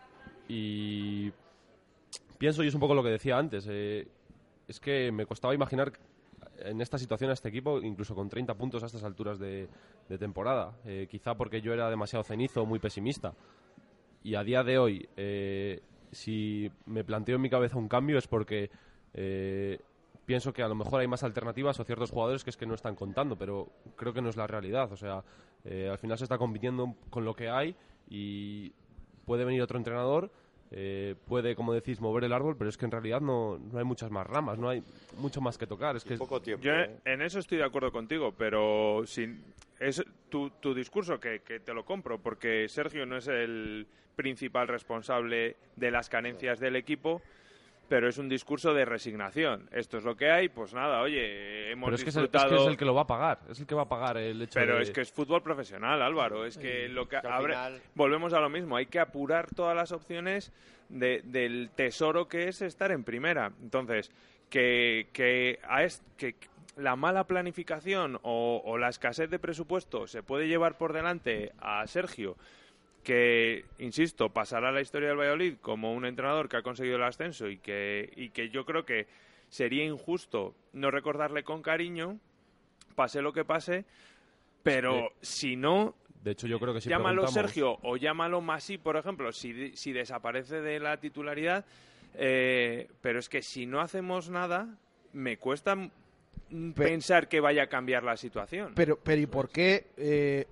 Y pienso, y es un poco lo que decía antes, eh, es que me costaba imaginar en esta situación a este equipo, incluso con treinta puntos a estas alturas de, de temporada, eh, quizá porque yo era demasiado cenizo, muy pesimista. y a día de hoy, eh, si me planteo en mi cabeza un cambio es porque eh, pienso que a lo mejor hay más alternativas o ciertos jugadores que es que no están contando, pero creo que no es la realidad. O sea, eh, al final se está compitiendo con lo que hay y puede venir otro entrenador, eh, puede, como decís, mover el árbol, pero es que en realidad no, no hay muchas más ramas, no hay mucho más que tocar. Es que poco tiempo. Yo ¿eh? en eso estoy de acuerdo contigo, pero sin, es tu, tu discurso que, que te lo compro, porque Sergio no es el principal responsable de las carencias del equipo, pero es un discurso de resignación. Esto es lo que hay, pues nada, oye, hemos pero es que, disfrutado... es, el, es que es el que lo va a pagar, es el que va a pagar el hecho Pero de... es que es fútbol profesional, Álvaro, es que lo que... que al abre- final- Volvemos a lo mismo, hay que apurar todas las opciones de- del tesoro que es estar en primera. Entonces, que, que, a es- que la mala planificación o, o la escasez de presupuesto se puede llevar por delante a Sergio, que, insisto, pasará a la historia del Valladolid como un entrenador que ha conseguido el ascenso y que, y que yo creo que sería injusto no recordarle con cariño, pase lo que pase, pero si no, De hecho, yo creo que si llámalo preguntamos- Sergio o llámalo Masí, por ejemplo, si, si desaparece de la titularidad, eh, pero es que si no hacemos nada, me cuesta mm, Pe- pensar que vaya a cambiar la situación. Pero, pero ¿y por qué eh,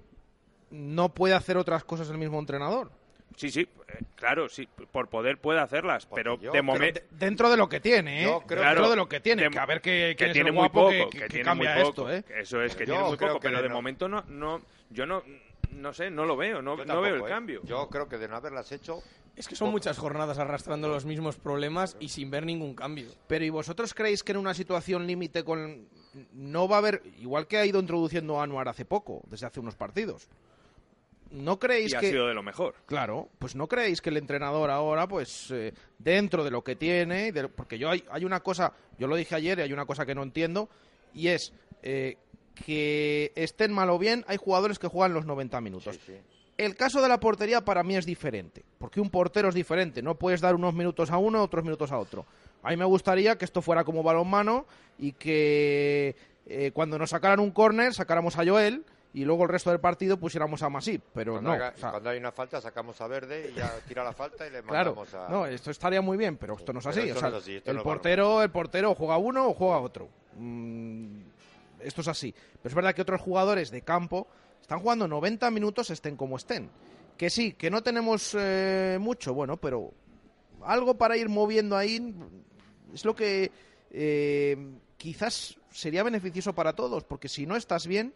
no puede hacer otras cosas el mismo entrenador? Sí, sí, eh, claro, sí, por poder puede hacerlas, Porque pero yo de creo momento... De- dentro de lo que tiene, ¿eh? Yo creo dentro que- de lo que tiene. de- que a ver qué, que quién es tiene el muy guapo poco, que, que, que- que tiene cambia muy poco. esto, ¿eh? Eso es, que Yo tiene muy creo poco, que pero de no. momento no, no, yo no, no sé, no lo veo, no, Yo no veo el tampoco, ¿eh? cambio. Yo creo que de no haberlas hecho, Es que son muchas jornadas arrastrando los mismos problemas y sin ver ningún cambio. Pero ¿y vosotros creéis que en una situación límite con no va a haber, igual que ha ido introduciendo Anuar hace poco, desde hace unos partidos, no creéis Y ha que sido de lo mejor. claro, pues no creéis que el entrenador ahora, pues eh, dentro de lo que tiene, y de- porque yo hay, hay una cosa, yo lo dije ayer y hay una cosa que no entiendo y es eh, que estén mal o bien, hay jugadores que juegan los noventa minutos. sí, sí. El caso de la portería para mí es diferente, porque un portero es diferente, no puedes dar unos minutos a uno, otros minutos a otro. A mí me gustaría que esto fuera como balonmano y que eh, cuando nos sacaran un córner sacáramos a Joel y luego el resto del partido pusiéramos a Masip, pero Cuando, no. haga- o sea, cuando hay una falta sacamos a Verde y ya tira la falta y le claro, mandamos a... no, esto estaría muy bien, pero esto no es Pero así. esto o sea, no es así, esto el no es portero, el portero juega uno o juega otro. Mm, esto es así. Pero es verdad que otros jugadores de campo están jugando noventa minutos, estén como estén. Que sí, que no tenemos eh, mucho, bueno, pero algo para ir moviendo ahí es lo que eh, quizás sería beneficioso para todos, porque si no estás bien,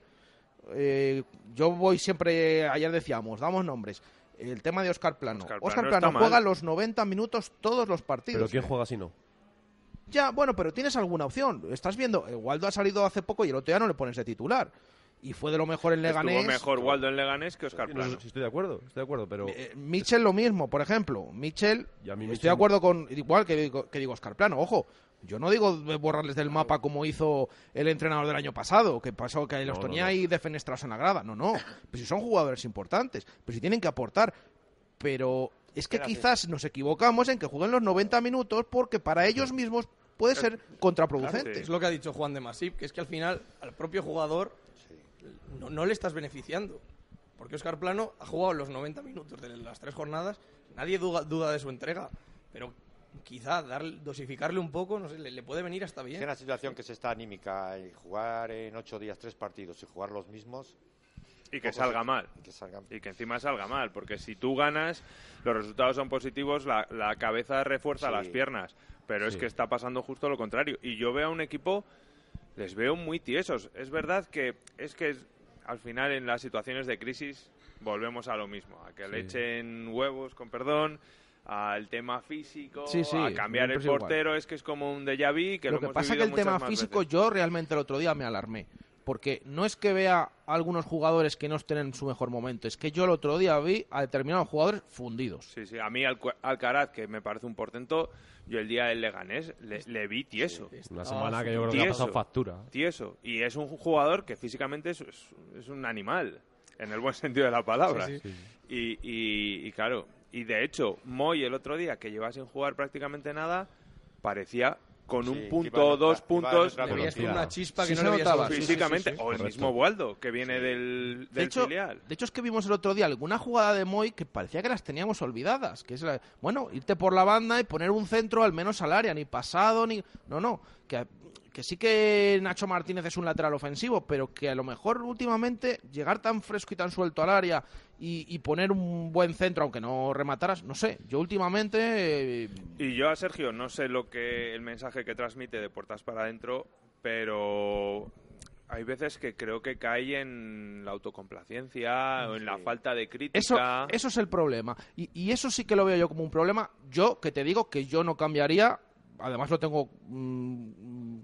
eh, yo voy siempre, ayer decíamos, damos nombres, el tema de Óscar Plano. Óscar Óscar Plano Plano, está juega mal. los noventa minutos todos los Pero partidos. ¿quién juega si no? Ya, bueno, pero tienes alguna opción. Estás viendo, eh, Waldo ha salido hace poco y el otro día no le pones de titular. Y fue de lo mejor en Leganés. Estuvo mejor Waldo en Leganés que Óscar No, Plano. sí, estoy de acuerdo, estoy de acuerdo, pero... Eh, Mitchell lo mismo, por ejemplo. Mitchell, Y a mí estoy Mitchell- de acuerdo con, igual que digo, que digo Óscar Plano, ojo, yo no digo de borrarles del mapa como hizo el entrenador del año pasado, que pasó que los No, no, tenía no. ahí defenestrados en la grada. No, no, pero si son jugadores importantes, pero si tienen que aportar. Pero es que Espérate. quizás nos equivocamos en que jueguen los noventa minutos porque para ellos mismos puede ser contraproducente. Claro, sí. Es lo que ha dicho Juan de Masip, que es que al final al propio jugador no, no le estás beneficiando. Porque Óscar Plano ha jugado los noventa minutos de las tres jornadas, nadie duda, duda de su entrega, pero quizá dar, dosificarle un poco, no sé, le, le puede venir hasta Es bien. una situación que se está anímica y jugar en ocho días tres partidos y jugar los mismos... Y que poco salga se- mal. que salgan- Y que encima salga mal, porque si tú ganas, los resultados son positivos, la, la cabeza refuerza Sí. las piernas. Pero es Sí. que está pasando justo lo contrario. Y yo veo a un equipo, les veo muy tiesos. Es verdad que es que es- al final en las situaciones de crisis volvemos a lo mismo, a que le Sí. echen huevos, con perdón, al tema físico, Sí, sí, a cambiar el siempre es igual. portero, es que es como un déjà vu que lo, Lo que hemos pasa es que vivido el muchas tema más físico, veces. yo realmente el otro día me alarmé. Porque no es que vea a algunos jugadores que no estén en su mejor momento, es que yo el otro día vi a determinados jugadores fundidos. Sí, sí, a mí Alcu- Alcaraz, que me parece un portento, yo el día del Leganés le, le vi tieso. Una semana que yo creo que ha Tieso. pasado factura. Tieso. Y es un jugador que físicamente es, es, es un animal, en el buen sentido de la palabra. Sí, sí. Y, y- y claro, y de hecho, Moy el otro día, que lleva sin jugar prácticamente nada, parecía con Sí, un iba punto a o dos notar- iba a puntos notar Había velocidad. una chispa Sí, que se no le notaba, había sí, físicamente, sí, sí, sí. o el Correcto. mismo Waldo, que viene del, De del hecho, filial. de hecho, es que vimos el otro día alguna jugada de Moy que parecía que las teníamos olvidadas. Que es la- bueno, irte por la banda y poner un centro al menos al área, ni pasado, ni. No, no. Que, que sí que Nacho Martínez es un lateral ofensivo, pero que a lo mejor últimamente llegar tan fresco y tan suelto al área y, y poner un buen centro, aunque no remataras, no sé. Yo últimamente. eh, Y yo a Sergio no sé lo que el mensaje que transmite de puertas para adentro, pero hay veces que creo que cae en la autocomplacencia o en la falta de Eso, crítica. eso es el problema. Y, y eso sí que lo veo yo como un problema. Yo, que te digo que yo no cambiaría, además lo tengo mm,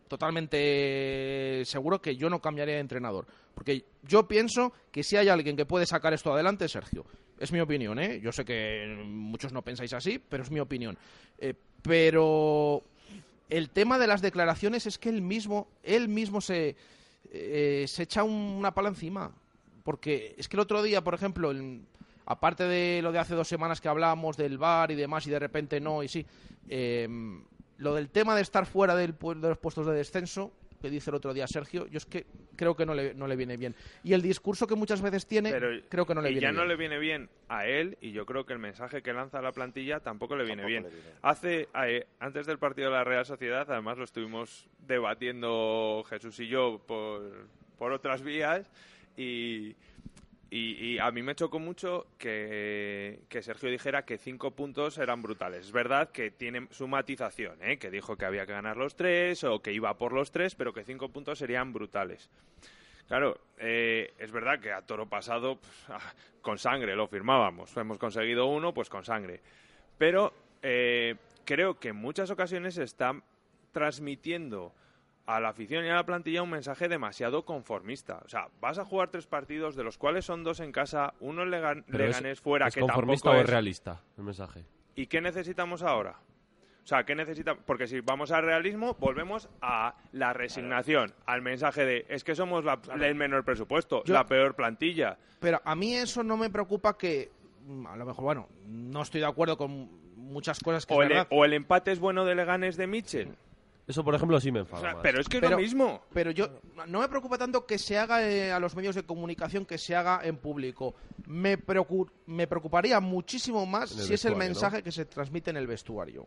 totalmente seguro que yo no cambiaría de entrenador. Porque yo pienso que si hay alguien que puede sacar esto adelante es Sergio. Es mi opinión, ¿eh? Yo sé que muchos no pensáis así, pero es mi opinión. Eh, pero el tema de las declaraciones es que él mismo, él mismo se, eh, se echa un- una pala encima. Porque es que el otro día, por ejemplo, el- aparte de lo de hace dos semanas que hablábamos del V A R y demás, y de repente no, y sí, eh, lo del tema de estar fuera del, pu- de los puestos de descenso, que dice el otro día Sergio, yo es que creo que no le, no le viene bien. Y el discurso que muchas veces tiene, Pero creo que no le y viene ya bien. no le viene bien a él, y yo creo que el mensaje que lanza a la plantilla tampoco le viene Tampoco bien. le viene. Hace eh, antes del partido de la Real Sociedad, además lo estuvimos debatiendo Jesús y yo por, por otras vías, y, y, y a mí me chocó mucho que, que Sergio dijera que cinco puntos eran brutales. Es verdad que tiene su matización, ¿eh? Que dijo que había que ganar los tres o que iba por los tres, pero que cinco puntos serían brutales. Claro, eh, es verdad que a toro pasado, pues, ah, con sangre lo firmábamos. Hemos conseguido uno, pues con sangre. Pero eh, creo que en muchas ocasiones se está transmitiendo a la afición y a la plantilla un mensaje demasiado conformista. O sea, vas a jugar tres partidos, de los cuales son dos en casa, uno en Legan- Pero es- Leganés fuera, ¿Es que conformista tampoco o es... es realista el mensaje? ¿Y qué necesitamos ahora? O sea, ¿qué necesitamos? Porque si vamos al realismo, volvemos a la resignación, al mensaje de es que somos la, el menor presupuesto, Yo- la peor plantilla. Pero a mí eso no me preocupa que, mm, a lo mejor, bueno, no estoy de acuerdo con muchas cosas que O es el, verdad. o el empate es bueno de Leganés de Mitchell. Eso, por ejemplo, sí me O enfada sea, más. pero es que es Pero- lo mismo. Pero yo no me preocupa tanto que se haga eh, a los medios de comunicación, que se haga en público. Me, preocu- me preocuparía muchísimo más En el si es el vestuario, mensaje ¿no? que se transmite en el vestuario.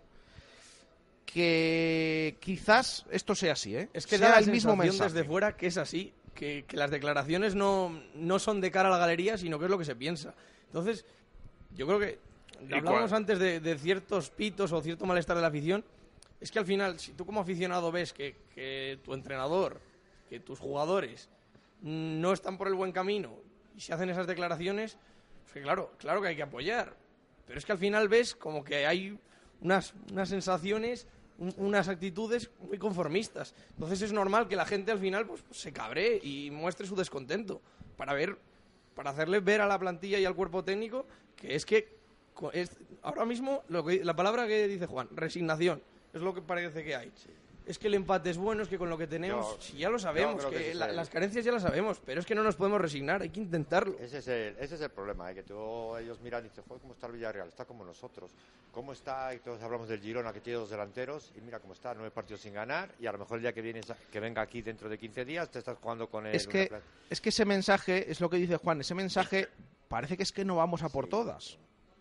Que quizás esto sea así, ¿eh? Es que sea da la el mismo sensación mensaje. desde fuera que es así, que, que las declaraciones no, no son de cara a la galería, sino que es lo que se piensa. Entonces, yo creo que ¿Y hablábamos cuál? antes de, de ciertos pitos o cierto malestar de la afición. Es que al final, si tú como aficionado ves que, que tu entrenador, que tus jugadores no están por el buen camino y se hacen esas declaraciones, pues que claro, claro que hay que apoyar. Pero es que al final ves como que hay unas, unas sensaciones, un- unas actitudes muy conformistas. Entonces es normal que la gente al final pues, se cabree y muestre su descontento para ver, para hacerle ver a la plantilla y al cuerpo técnico que es que co- es, ahora mismo lo que, la palabra que dice Juan, resignación, es lo que parece que hay. Es que el empate es bueno, es que con lo que tenemos, Yo- si ya lo sabemos, yo creo que, que ese es la- el- las carencias ya las sabemos, pero es que no nos podemos resignar, hay que intentarlo. Ese es el, ese es el problema, ¿eh? Que tú, ellos miran y dicen, joder, ¿cómo está el Villarreal? Está como nosotros. ¿Cómo está? Y todos hablamos del Girona, que tiene dos delanteros, y mira cómo está, nueve partidos sin ganar, y a lo mejor el día que vienes, a- que venga aquí dentro de quince días, te estás jugando con él. Es que, es que ese mensaje, es lo que dice Juan, ese mensaje parece que es que no vamos a por todas.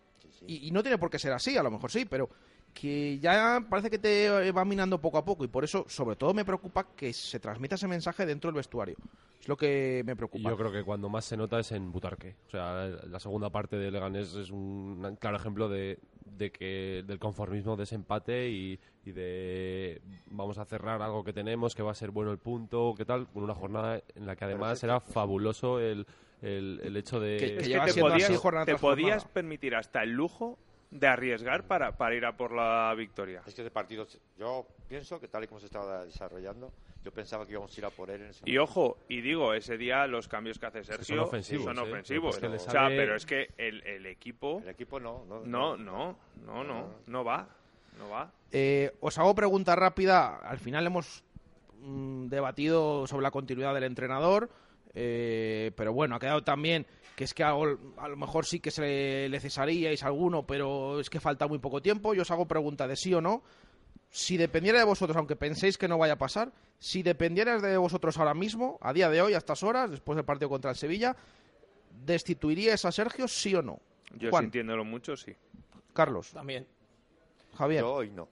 Y, y no tiene por qué ser así, a lo mejor sí, pero que ya parece que te va minando poco a poco y por eso, sobre todo, me preocupa que se transmita ese mensaje dentro del vestuario. Es lo que me Y preocupa. yo creo que cuando más se nota es en Butarque. O sea, la segunda parte de Leganés es un claro ejemplo de, de que del conformismo de ese empate y, y de vamos a cerrar algo que tenemos, que va a ser bueno el punto, qué tal, con una jornada en la que además es que- era fabuloso el, el, el hecho de... Que- que Es lleva que te siendo podías, así jornada te tras podías jornada. permitir hasta el lujo de arriesgar para, para ir a por la victoria. Es que ese partido, yo pienso que tal y como se estaba desarrollando, yo pensaba que íbamos a ir a por él en ese Y ojo, y digo, ese día los cambios que hace Sergio son ofensivos, son ¿eh? ofensivos. Es que le O sea, sale- pero es que el, el equipo El equipo no. No, no, no, no, no, no va, no va. Eh, os hago pregunta rápida. Al final hemos mm, debatido sobre la continuidad del entrenador, eh, pero bueno, ha quedado también que es que a, a lo mejor sí que se le, le cesaríais alguno, pero es que falta muy poco tiempo. Yo os hago pregunta de sí o no. si dependiera de vosotros, aunque penséis que no vaya a pasar, si dependiera de vosotros ahora mismo, a día de hoy, a estas horas, después del partido contra el Sevilla, ¿destituiríais a Sergio, sí o no? Yo Juan. sintiéndolo mucho, sí. Carlos. También. Javier. Yo hoy no.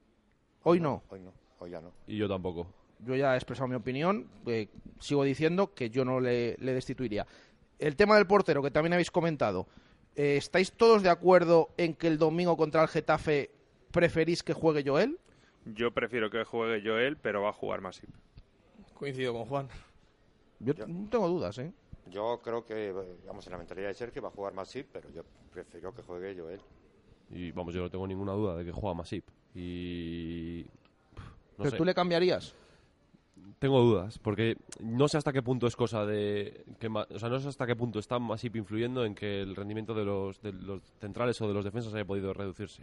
Hoy no. Hoy no, hoy ya no. Y yo tampoco. Yo ya he expresado mi opinión, eh, sigo diciendo que yo no le, le destituiría. El tema del portero, que también habéis comentado, eh, ¿estáis todos de acuerdo en que el domingo contra el Getafe preferís que juegue Joel? Yo prefiero que juegue Joel, pero va a jugar Masip. Coincido con Juan. Yo, Yo- no tengo dudas, ¿eh? Yo creo que, vamos, en la mentalidad de Sergio va a jugar Masip, pero yo prefiero que juegue Joel. Y vamos, yo no tengo ninguna duda de que juega Masip. Y... pff, No ¿Pero sé. tú le cambiarías? Tengo dudas, porque no sé hasta qué punto es cosa de... Que, ma- o sea, no sé hasta qué punto está Masip influyendo en que el rendimiento de los, de los centrales o de los defensas haya podido reducirse.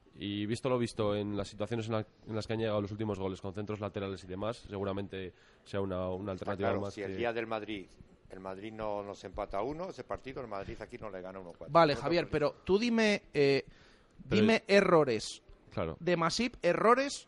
Y visto lo visto en las situaciones en, la- en las que han llegado los últimos goles con centros laterales y demás, seguramente sea una, una Está alternativa claro, más si que... el día del Madrid, el Madrid no nos empata uno, ese partido, el Madrid aquí no le gana uno cuatro. Vale, No Javier, tengo- pero tú dime, eh, Pero- dime errores Claro. de Masip, errores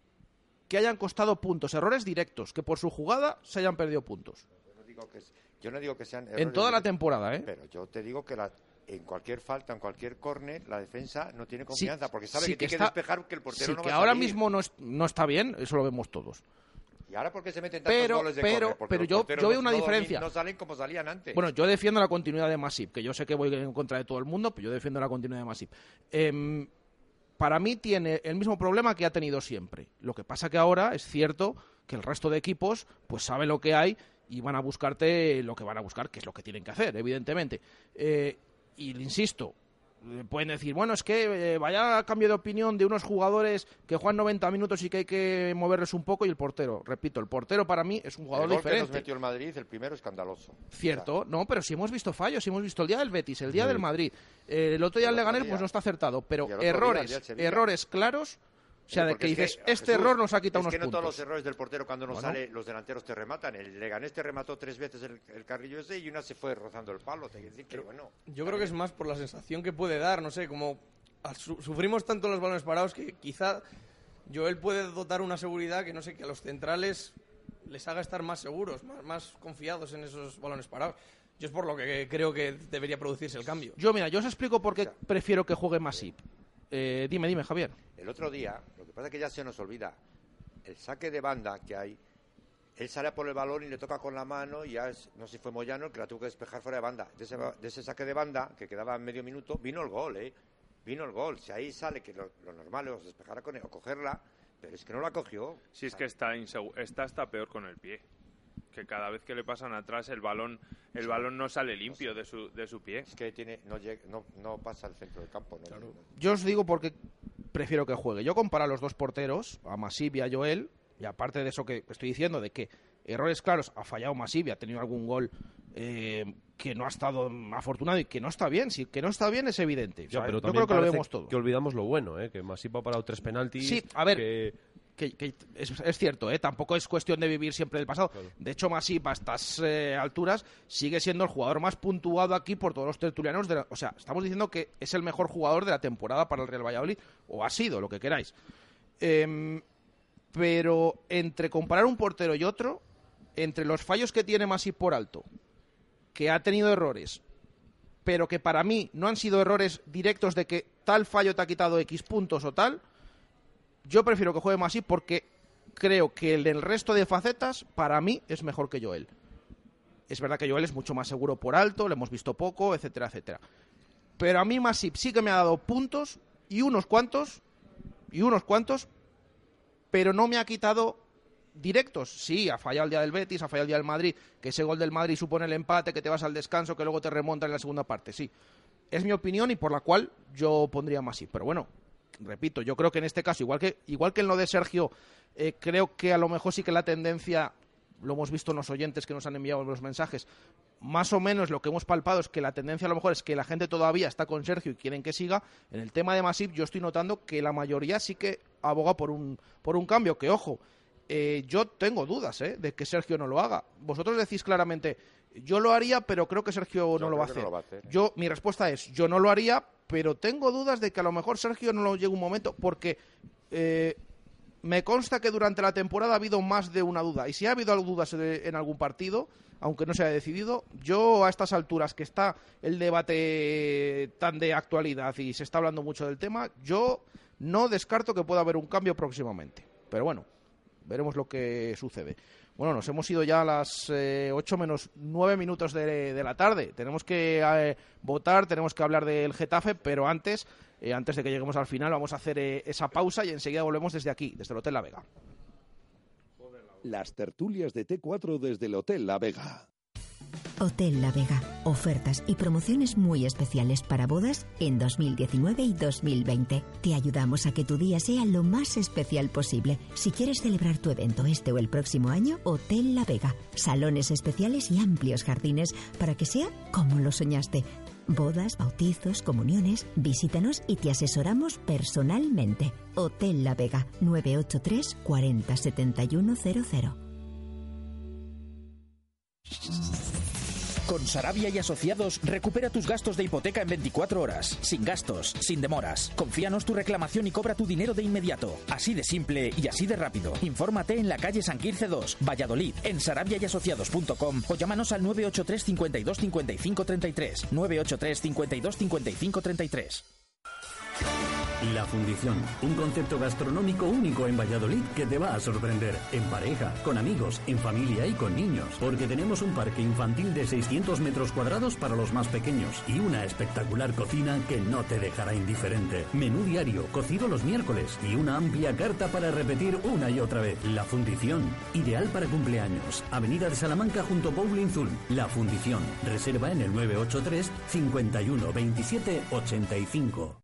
que hayan costado puntos, errores directos, que por su jugada se hayan perdido puntos. Yo no digo que, yo no digo que sean En errores toda la de- temporada, ¿eh? Pero yo te digo que la, en cualquier falta, en cualquier córner, la defensa no tiene confianza, porque sabe sí que, tiene está- que despejar que el portero sí, no que va a ahora salir. mismo no, es- no está bien, eso lo vemos todos. ¿Y ahora por qué se meten tantos Pero- goles de pero- córner? Porque pero los yo- porteros yo veo no- una no diferencia. domin- No salen como salían antes. Bueno, yo defiendo la continuidad de Masip, que yo sé que voy en contra de todo el mundo, pero yo defiendo la continuidad de Masip. Em, para mí tiene el mismo problema que ha tenido siempre. Lo que pasa que ahora es cierto que el resto de equipos pues sabe lo que hay y van a buscarte lo que van a buscar, que es lo que tienen que hacer, evidentemente. Eh, y insisto, eh, pueden decir, bueno, es que eh, vaya cambio de opinión de unos jugadores que juegan noventa minutos y que hay que moverles un poco, y el portero. Repito, el portero para mí es un jugador el gol que nos diferente. metió el Madrid, el primero escandaloso. Cierto, no, pero si hemos visto fallos, si hemos visto el día del Betis, el día Sí. del Madrid, eh, el otro día El el otro Leganés, día. pues no está acertado, pero Y el otro día, el errores, día del Sevilla. errores claros, o sea, de Porque que es dices, que, este Jesús, error nos ha quitado es unos que no todos puntos. los errores del portero cuando no Bueno. sale, los delanteros te rematan. El Leganés te remató tres veces el, el carrillo ese y una se fue rozando el palo. Te quiero decir que, bueno, Yo creo que es más por la sensación que puede dar, no sé, como al su- sufrimos tanto los balones parados que quizá Joel puede dotar una seguridad que no sé, que a los centrales les haga estar más seguros, más, más confiados en esos balones parados. Yo es por lo que creo que debería producirse el cambio. Yo, mira, yo os explico por qué prefiero que juegue Masip. Eh, dime, dime, Javier. el otro día, lo que pasa es que ya se nos olvida, el saque de banda que hay, él sale por el balón y le toca con la mano y ya es, no sé si fue Moyano el que la tuvo que despejar fuera de banda. De ese, de ese saque de banda, que quedaba medio minuto, vino el gol, ¿eh? Vino el gol. Si ahí sale, que lo, lo normal es despejar con él, o cogerla, pero es que no la cogió. Si es que está insegu- está hasta peor con el pie. Que cada vez que le pasan atrás el balón el balón no sale limpio de su de su pie. Es que tiene, no, llega, no, no pasa al centro del campo. ¿no? Yo os digo por qué prefiero que juegue. Yo comparo a los dos porteros, a Masip y a Joel, y aparte de eso que estoy diciendo, de que errores claros, ha fallado Masip y ha tenido algún gol eh, que no ha estado afortunado y que no está bien. Si que no está bien es evidente. O sea, Ya, pero yo también creo que lo parece vemos todo. que olvidamos lo bueno, ¿eh? Que Masip ha parado tres penaltis. Sí, a ver, que- Que, que es, es cierto, ¿eh? Tampoco es cuestión de vivir siempre del pasado. Claro. De hecho, Masip a estas eh, alturas sigue siendo el jugador más puntuado aquí por todos los tertulianos. De la- o sea, estamos diciendo que es el mejor jugador de la temporada para el Real Valladolid, o ha sido, lo que queráis. Em, pero entre comparar un portero y otro, entre los fallos que tiene Masip por alto, que ha tenido errores, pero que para mí no han sido errores directos de que tal fallo te ha quitado X puntos o tal, yo prefiero que juegue Masip porque creo que el del resto de facetas, para mí, es mejor que Joel. Es verdad que Joel es mucho más seguro por alto, lo hemos visto poco, etcétera, etcétera. Pero a mí Masip sí que me ha dado puntos, y unos cuantos, y unos cuantos, pero no me ha quitado directos. Sí, ha fallado el día del Betis, ha fallado el día del Madrid, que ese gol del Madrid supone el empate, que te vas al descanso, que luego te remontan en la segunda parte, sí. Es mi opinión y por la cual yo pondría Masip. Pero bueno, repito, yo creo que en este caso, igual que, igual que en lo de Sergio, eh, creo que a lo mejor sí que la tendencia, lo hemos visto en los oyentes que nos han enviado los mensajes, más o menos lo que hemos palpado es que la tendencia a lo mejor es que la gente todavía está con Sergio y quieren que siga. En el tema de Masip yo estoy notando que la mayoría sí que aboga por un, por un cambio, que ojo, eh, yo tengo dudas eh, de que Sergio no lo haga. Vosotros decís claramente, yo lo haría, pero creo que Sergio no Yo lo va a creo que hacer. no lo va a hacer, ¿eh? Yo, mi respuesta es, yo no lo haría, pero tengo dudas de que a lo mejor Sergio no lo llegue un momento, porque eh, me consta que durante la temporada ha habido más de una duda. Y si ha habido dudas en algún partido, aunque no se haya decidido, yo a estas alturas que está el debate tan de actualidad y se está hablando mucho del tema, yo no descarto que pueda haber un cambio próximamente. Pero bueno, veremos lo que sucede. Bueno, nos hemos ido ya a las eh, ocho menos nueve minutos de, de la tarde. Tenemos que eh, votar, tenemos que hablar del Getafe, pero antes, eh, antes de que lleguemos al final, vamos a hacer eh, esa pausa y enseguida volvemos desde aquí, desde el Hotel La Vega. Las tertulias de T cuatro desde el Hotel La Vega. Hotel La Vega. Ofertas y promociones muy especiales para bodas en dos mil diecinueve y dos mil veinte. Te ayudamos a que tu día sea lo más especial posible. Si quieres celebrar tu evento este o el próximo año, Hotel La Vega. Salones especiales y amplios jardines para que sea como lo soñaste. Bodas, bautizos, comuniones. Visítanos y te asesoramos personalmente. Hotel La Vega. nueve ocho tres cuarenta setenta y uno cero cero. Con Sarabia y Asociados, recupera tus gastos de hipoteca en veinticuatro horas, sin gastos, sin demoras. Confíanos tu reclamación y cobra tu dinero de inmediato. Así de simple y así de rápido. Infórmate en la calle San Quirce dos, Valladolid, en sarabia y asociados punto com o llámanos al nueve ocho tres cincuenta y dos cincuenta y cinco treinta y tres. nueve ocho tres cincuenta y dos cincuenta y cinco treinta y tres. La Fundición, un concepto gastronómico único en Valladolid que te va a sorprender. En pareja, con amigos, en familia y con niños. Porque tenemos un parque infantil de seiscientos metros cuadrados para los más pequeños y una espectacular cocina que no te dejará indiferente. Menú diario, cocido los miércoles y una amplia carta para repetir una y otra vez. La Fundición, ideal para cumpleaños. Avenida de Salamanca junto a Bowling Zul. La Fundición, reserva en el nueve ocho tres cincuenta y uno veintisiete ochenta y cinco.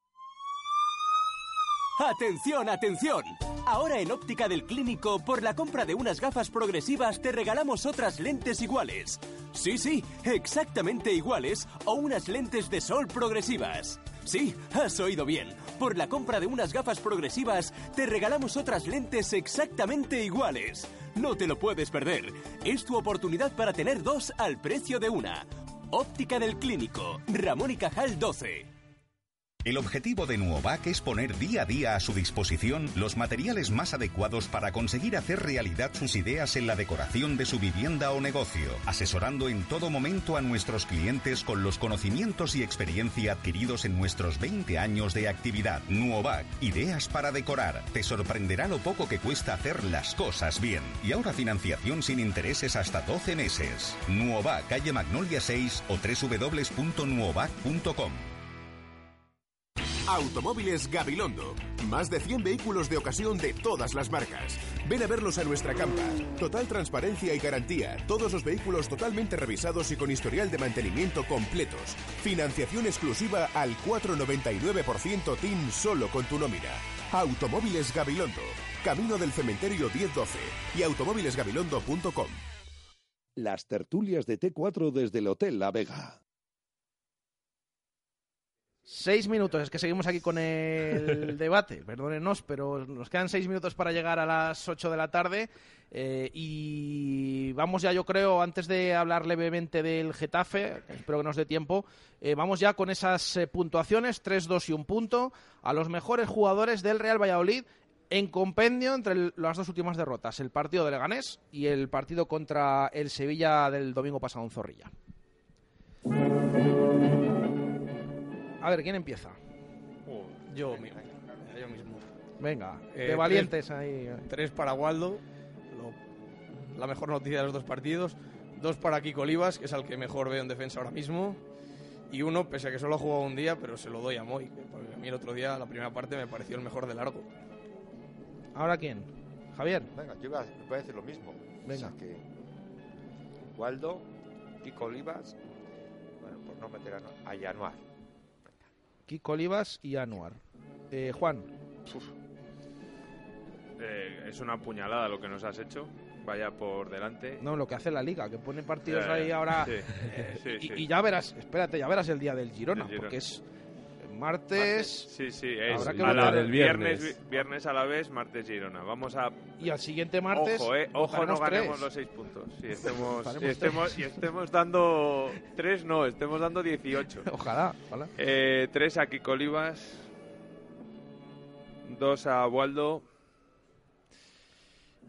¡Atención, atención! Ahora en Óptica del Clínico, por la compra de unas gafas progresivas, te regalamos otras lentes iguales. Sí, sí, exactamente iguales, o unas lentes de sol progresivas. Sí, has oído bien. Por la compra de unas gafas progresivas, te regalamos otras lentes exactamente iguales. No te lo puedes perder. Es tu oportunidad para tener dos al precio de una. Óptica del Clínico, Ramón y Cajal doce. El objetivo de Nuovac es poner día a día a su disposición los materiales más adecuados para conseguir hacer realidad sus ideas en la decoración de su vivienda o negocio, asesorando en todo momento a nuestros clientes con los conocimientos y experiencia adquiridos en nuestros veinte años de actividad. Nuovac, ideas para decorar. Te sorprenderá lo poco que cuesta hacer las cosas bien. Y ahora financiación sin intereses hasta doce meses. Nuovac, calle Magnolia seis o doble u doble u doble u punto nuovac punto com. Automóviles Gabilondo. Más de cien vehículos de ocasión de todas las marcas. Ven a verlos a nuestra campa. Total transparencia y garantía. Todos los vehículos totalmente revisados y con historial de mantenimiento completos. Financiación exclusiva al cuatro coma noventa y nueve por ciento T I N solo con tu nómina. Automóviles Gabilondo. Camino del Cementerio diez doce y automóviles gabilondo punto com. Las tertulias de T cuatro desde el Hotel La Vega. Seis minutos, es que seguimos aquí con el debate, perdónenos, pero nos quedan seis minutos para llegar a las ocho de la tarde eh, y vamos ya, yo creo, antes de hablar levemente del Getafe, espero que nos dé tiempo, eh, vamos ya con esas eh, puntuaciones, tres, dos y un punto, a los mejores jugadores del Real Valladolid en compendio entre el, las dos últimas derrotas, el partido de Leganés y el partido contra el Sevilla del domingo pasado en Zorrilla. A ver, ¿quién empieza? Oh, yo, mismo, yo mismo. Venga, eh, de valientes tres, ahí. Tres para Waldo, lo, la mejor noticia de los dos partidos. Dos para Kiko Olivas, que es al que mejor veo en defensa ahora mismo. Y uno, pese a que solo ha jugado un día, pero se lo doy a Moy, porque a mí el otro día, la primera parte, me pareció el mejor de largo. ¿Ahora quién? Javier. Venga, yo iba a, me voy a decir lo mismo. Venga. O sea que Waldo, Kiko Olivas, bueno, por no meter a, a Yanuar. Kiko Olivas y Anuar. Eh, Juan. Eh, es una puñalada lo que nos has hecho. Vaya por delante. No, lo que hace la Liga, que pone partidos ya, ahí ahora. Sí, eh, sí, y, sí. y ya verás, espérate, ya verás el día del Girona, El Girona. porque es martes. Sí, sí, es habrá que a la, votar el viernes. viernes, viernes a la vez, martes Girona. Vamos a. Y al siguiente martes. Ojo, eh, ojo, no ganemos tres. los seis puntos. Si estemos, si tres. estemos, y estemos dando tres, no, estemos dando dieciocho. Ojalá, ojalá. Eh, tres a Kiko Olivas, dos a Waldo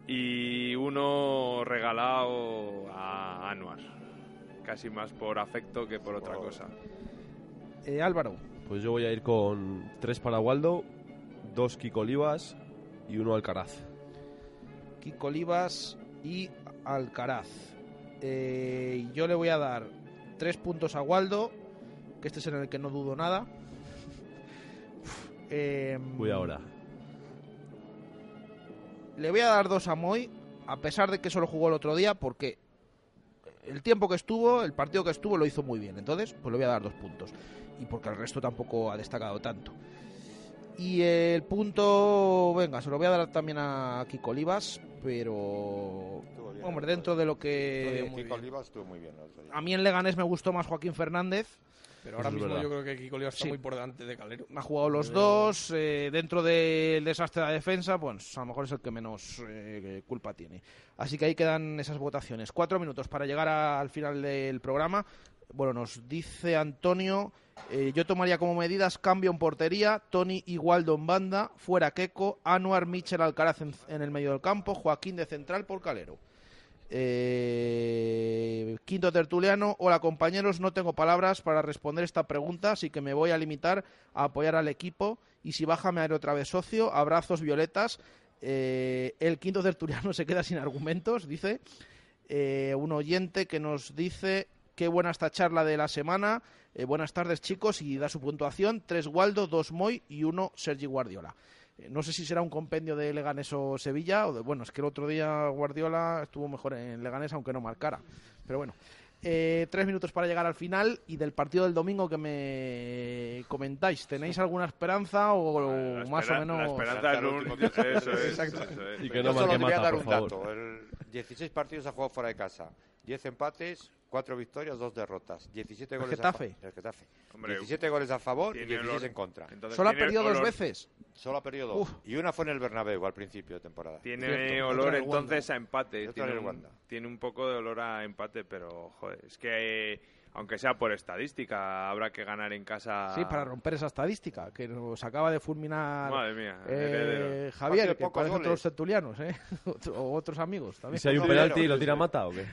y uno regalado a Anuar, casi más por afecto que por otra cosa. Eh, Álvaro. Pues yo voy a ir con tres para Waldo, dos Kiko Olivas y uno Alcaraz. Kiko Olivas y Alcaraz. Eh, yo le voy a dar tres puntos a Waldo, que este es en el que no dudo nada. Uf, eh, voy ahora. Le voy a dar dos a Moy, a pesar de que solo jugó el otro día, porque el tiempo que estuvo, el partido que estuvo, lo hizo muy bien. Entonces, pues le voy a dar dos puntos. Y porque el resto tampoco ha destacado tanto. Y el punto, venga, se lo voy a dar también a Kiko Olivas, pero... Bien, hombre, dentro de lo que... Kiko Olivas estuvo muy bien. A mí en Leganés me gustó más Joaquín Fernández. Pero ahora mismo yo creo que Kiko Olivas está sí. muy por delante de Calero. Ha jugado los pero... dos. Eh, dentro del desastre de la defensa, pues a lo mejor es el que menos eh, culpa tiene. Así que ahí quedan esas votaciones. Cuatro minutos para llegar a, al final del programa. Bueno, nos dice Antonio, eh, yo tomaría como medidas cambio en portería, Tony y Waldo en banda, fuera Keko, Anuar, Michel, Alcaraz en, en el medio del campo, Joaquín de central por Calero. Eh, quinto tertuliano, hola compañeros, no tengo palabras para responder esta pregunta, así que me voy a limitar a apoyar al equipo y si baja me haré otra vez socio, abrazos violetas. Eh, el quinto tertuliano se queda sin argumentos, dice eh, un oyente que nos dice qué buena esta charla de la semana, eh, buenas tardes chicos, y da su puntuación, tres Waldo, dos Moy y uno Sergi Guardiola. No sé si será un compendio de Leganés o Sevilla, o de, bueno, es que el otro día Guardiola estuvo mejor en Leganés, aunque no marcara. Pero bueno, eh, tres minutos para llegar al final y del partido del domingo que me comentáis. ¿Tenéis alguna esperanza o la más espera, o menos? La esperanza es lo único que eso es. Exacto. Eso es. Y que no Yo solo te voy a dar un dato. El dieciséis partidos ha jugado fuera de casa, diez empates, cuatro victorias, dos derrotas, diecisiete goles Getafe. a favor. El Getafe. Hombre, diecisiete goles a favor y dieciséis en contra. Entonces, ¿solo ha perdido olor. dos veces? Solo ha perdido dos. Uf. Y una fue en el Bernabéu al principio de temporada. Tiene Cierto. olor entonces a empate. Tiene un, tiene un poco de olor a empate, pero joder, es que eh, aunque sea por estadística, habrá que ganar en casa. Sí, para romper esa estadística que nos acaba de fulminar Madre mía, eh, Javier, que parecen otros tertulianos, ¿eh? o otros amigos también. ¿Y si hay un penalti y lo tira Mata o qué?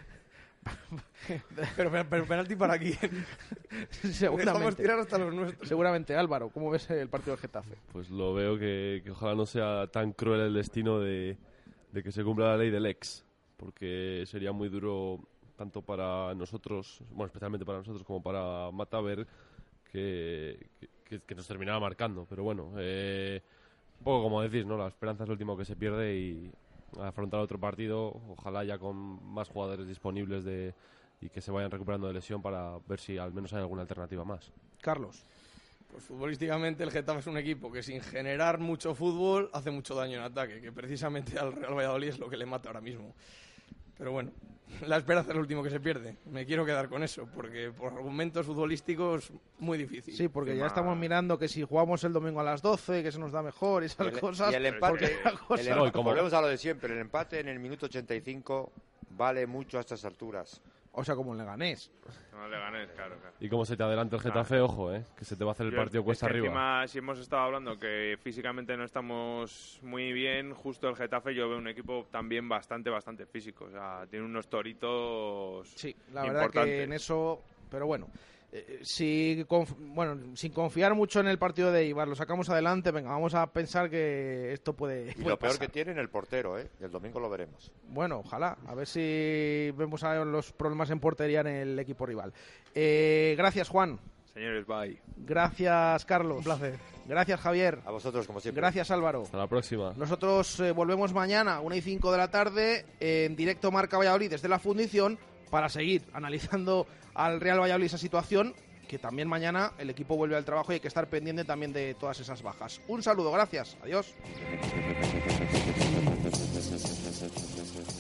pero, pero, pero penalti para quién. Seguramente tirar hasta los nuestros. Seguramente, Álvaro, ¿cómo ves el partido del Getafe? Pues lo veo que, que ojalá no sea tan cruel el destino de, de que se cumpla la ley del ex, porque sería muy duro tanto para nosotros, bueno, especialmente para nosotros como para Mata ver que, que, que nos terminaba marcando, pero bueno, eh, un poco como decís, ¿no? La esperanza es lo último que se pierde y a afrontar otro partido, ojalá ya con más jugadores disponibles de, y que se vayan recuperando de lesión para ver si al menos hay alguna alternativa más. Carlos. Pues futbolísticamente el Getafe es un equipo que sin generar mucho fútbol hace mucho daño en ataque, que precisamente al Real Valladolid es lo que le mata ahora mismo. Pero bueno, la esperanza es lo último que se pierde. Me quiero quedar con eso, porque por argumentos futbolísticos muy difícil. Sí, porque ya estamos mirando que si jugamos el domingo a las doce, que se nos da mejor y esas y el, cosas. Y el empate, el empate no, volvemos a lo de siempre, el empate en el minuto ochenta y cinco vale mucho a estas alturas. O sea, como en Leganés. Como en Leganés, claro, claro. Y como se te adelanta el Getafe, claro. Ojo, eh, que se te va a hacer el partido cuesta arriba. Encima, si hemos estado hablando que físicamente no estamos muy bien, justo el Getafe yo veo un equipo también bastante, bastante físico. O sea, tiene unos toritos Sí, la verdad que en eso... Pero bueno, eh, si conf- bueno, sin confiar mucho en el partido de Eibar, lo sacamos adelante, venga, vamos a pensar que esto puede, y puede lo peor pasar. que tienen el portero, ¿eh? El domingo lo veremos. Bueno, ojalá, a ver si vemos a los problemas en portería en el equipo rival. Eh, gracias, Juan. Señores, bye. Gracias, Carlos. Un placer. Gracias, Javier. A vosotros, como siempre. Gracias, Álvaro. Hasta la próxima. Nosotros eh, volvemos mañana, una y cinco de la tarde, en directo Marca Valladolid desde la Fundición, para seguir analizando al Real Valladolid esa situación, que también mañana el equipo vuelve al trabajo y hay que estar pendiente también de todas esas bajas. Un saludo, gracias. Adiós.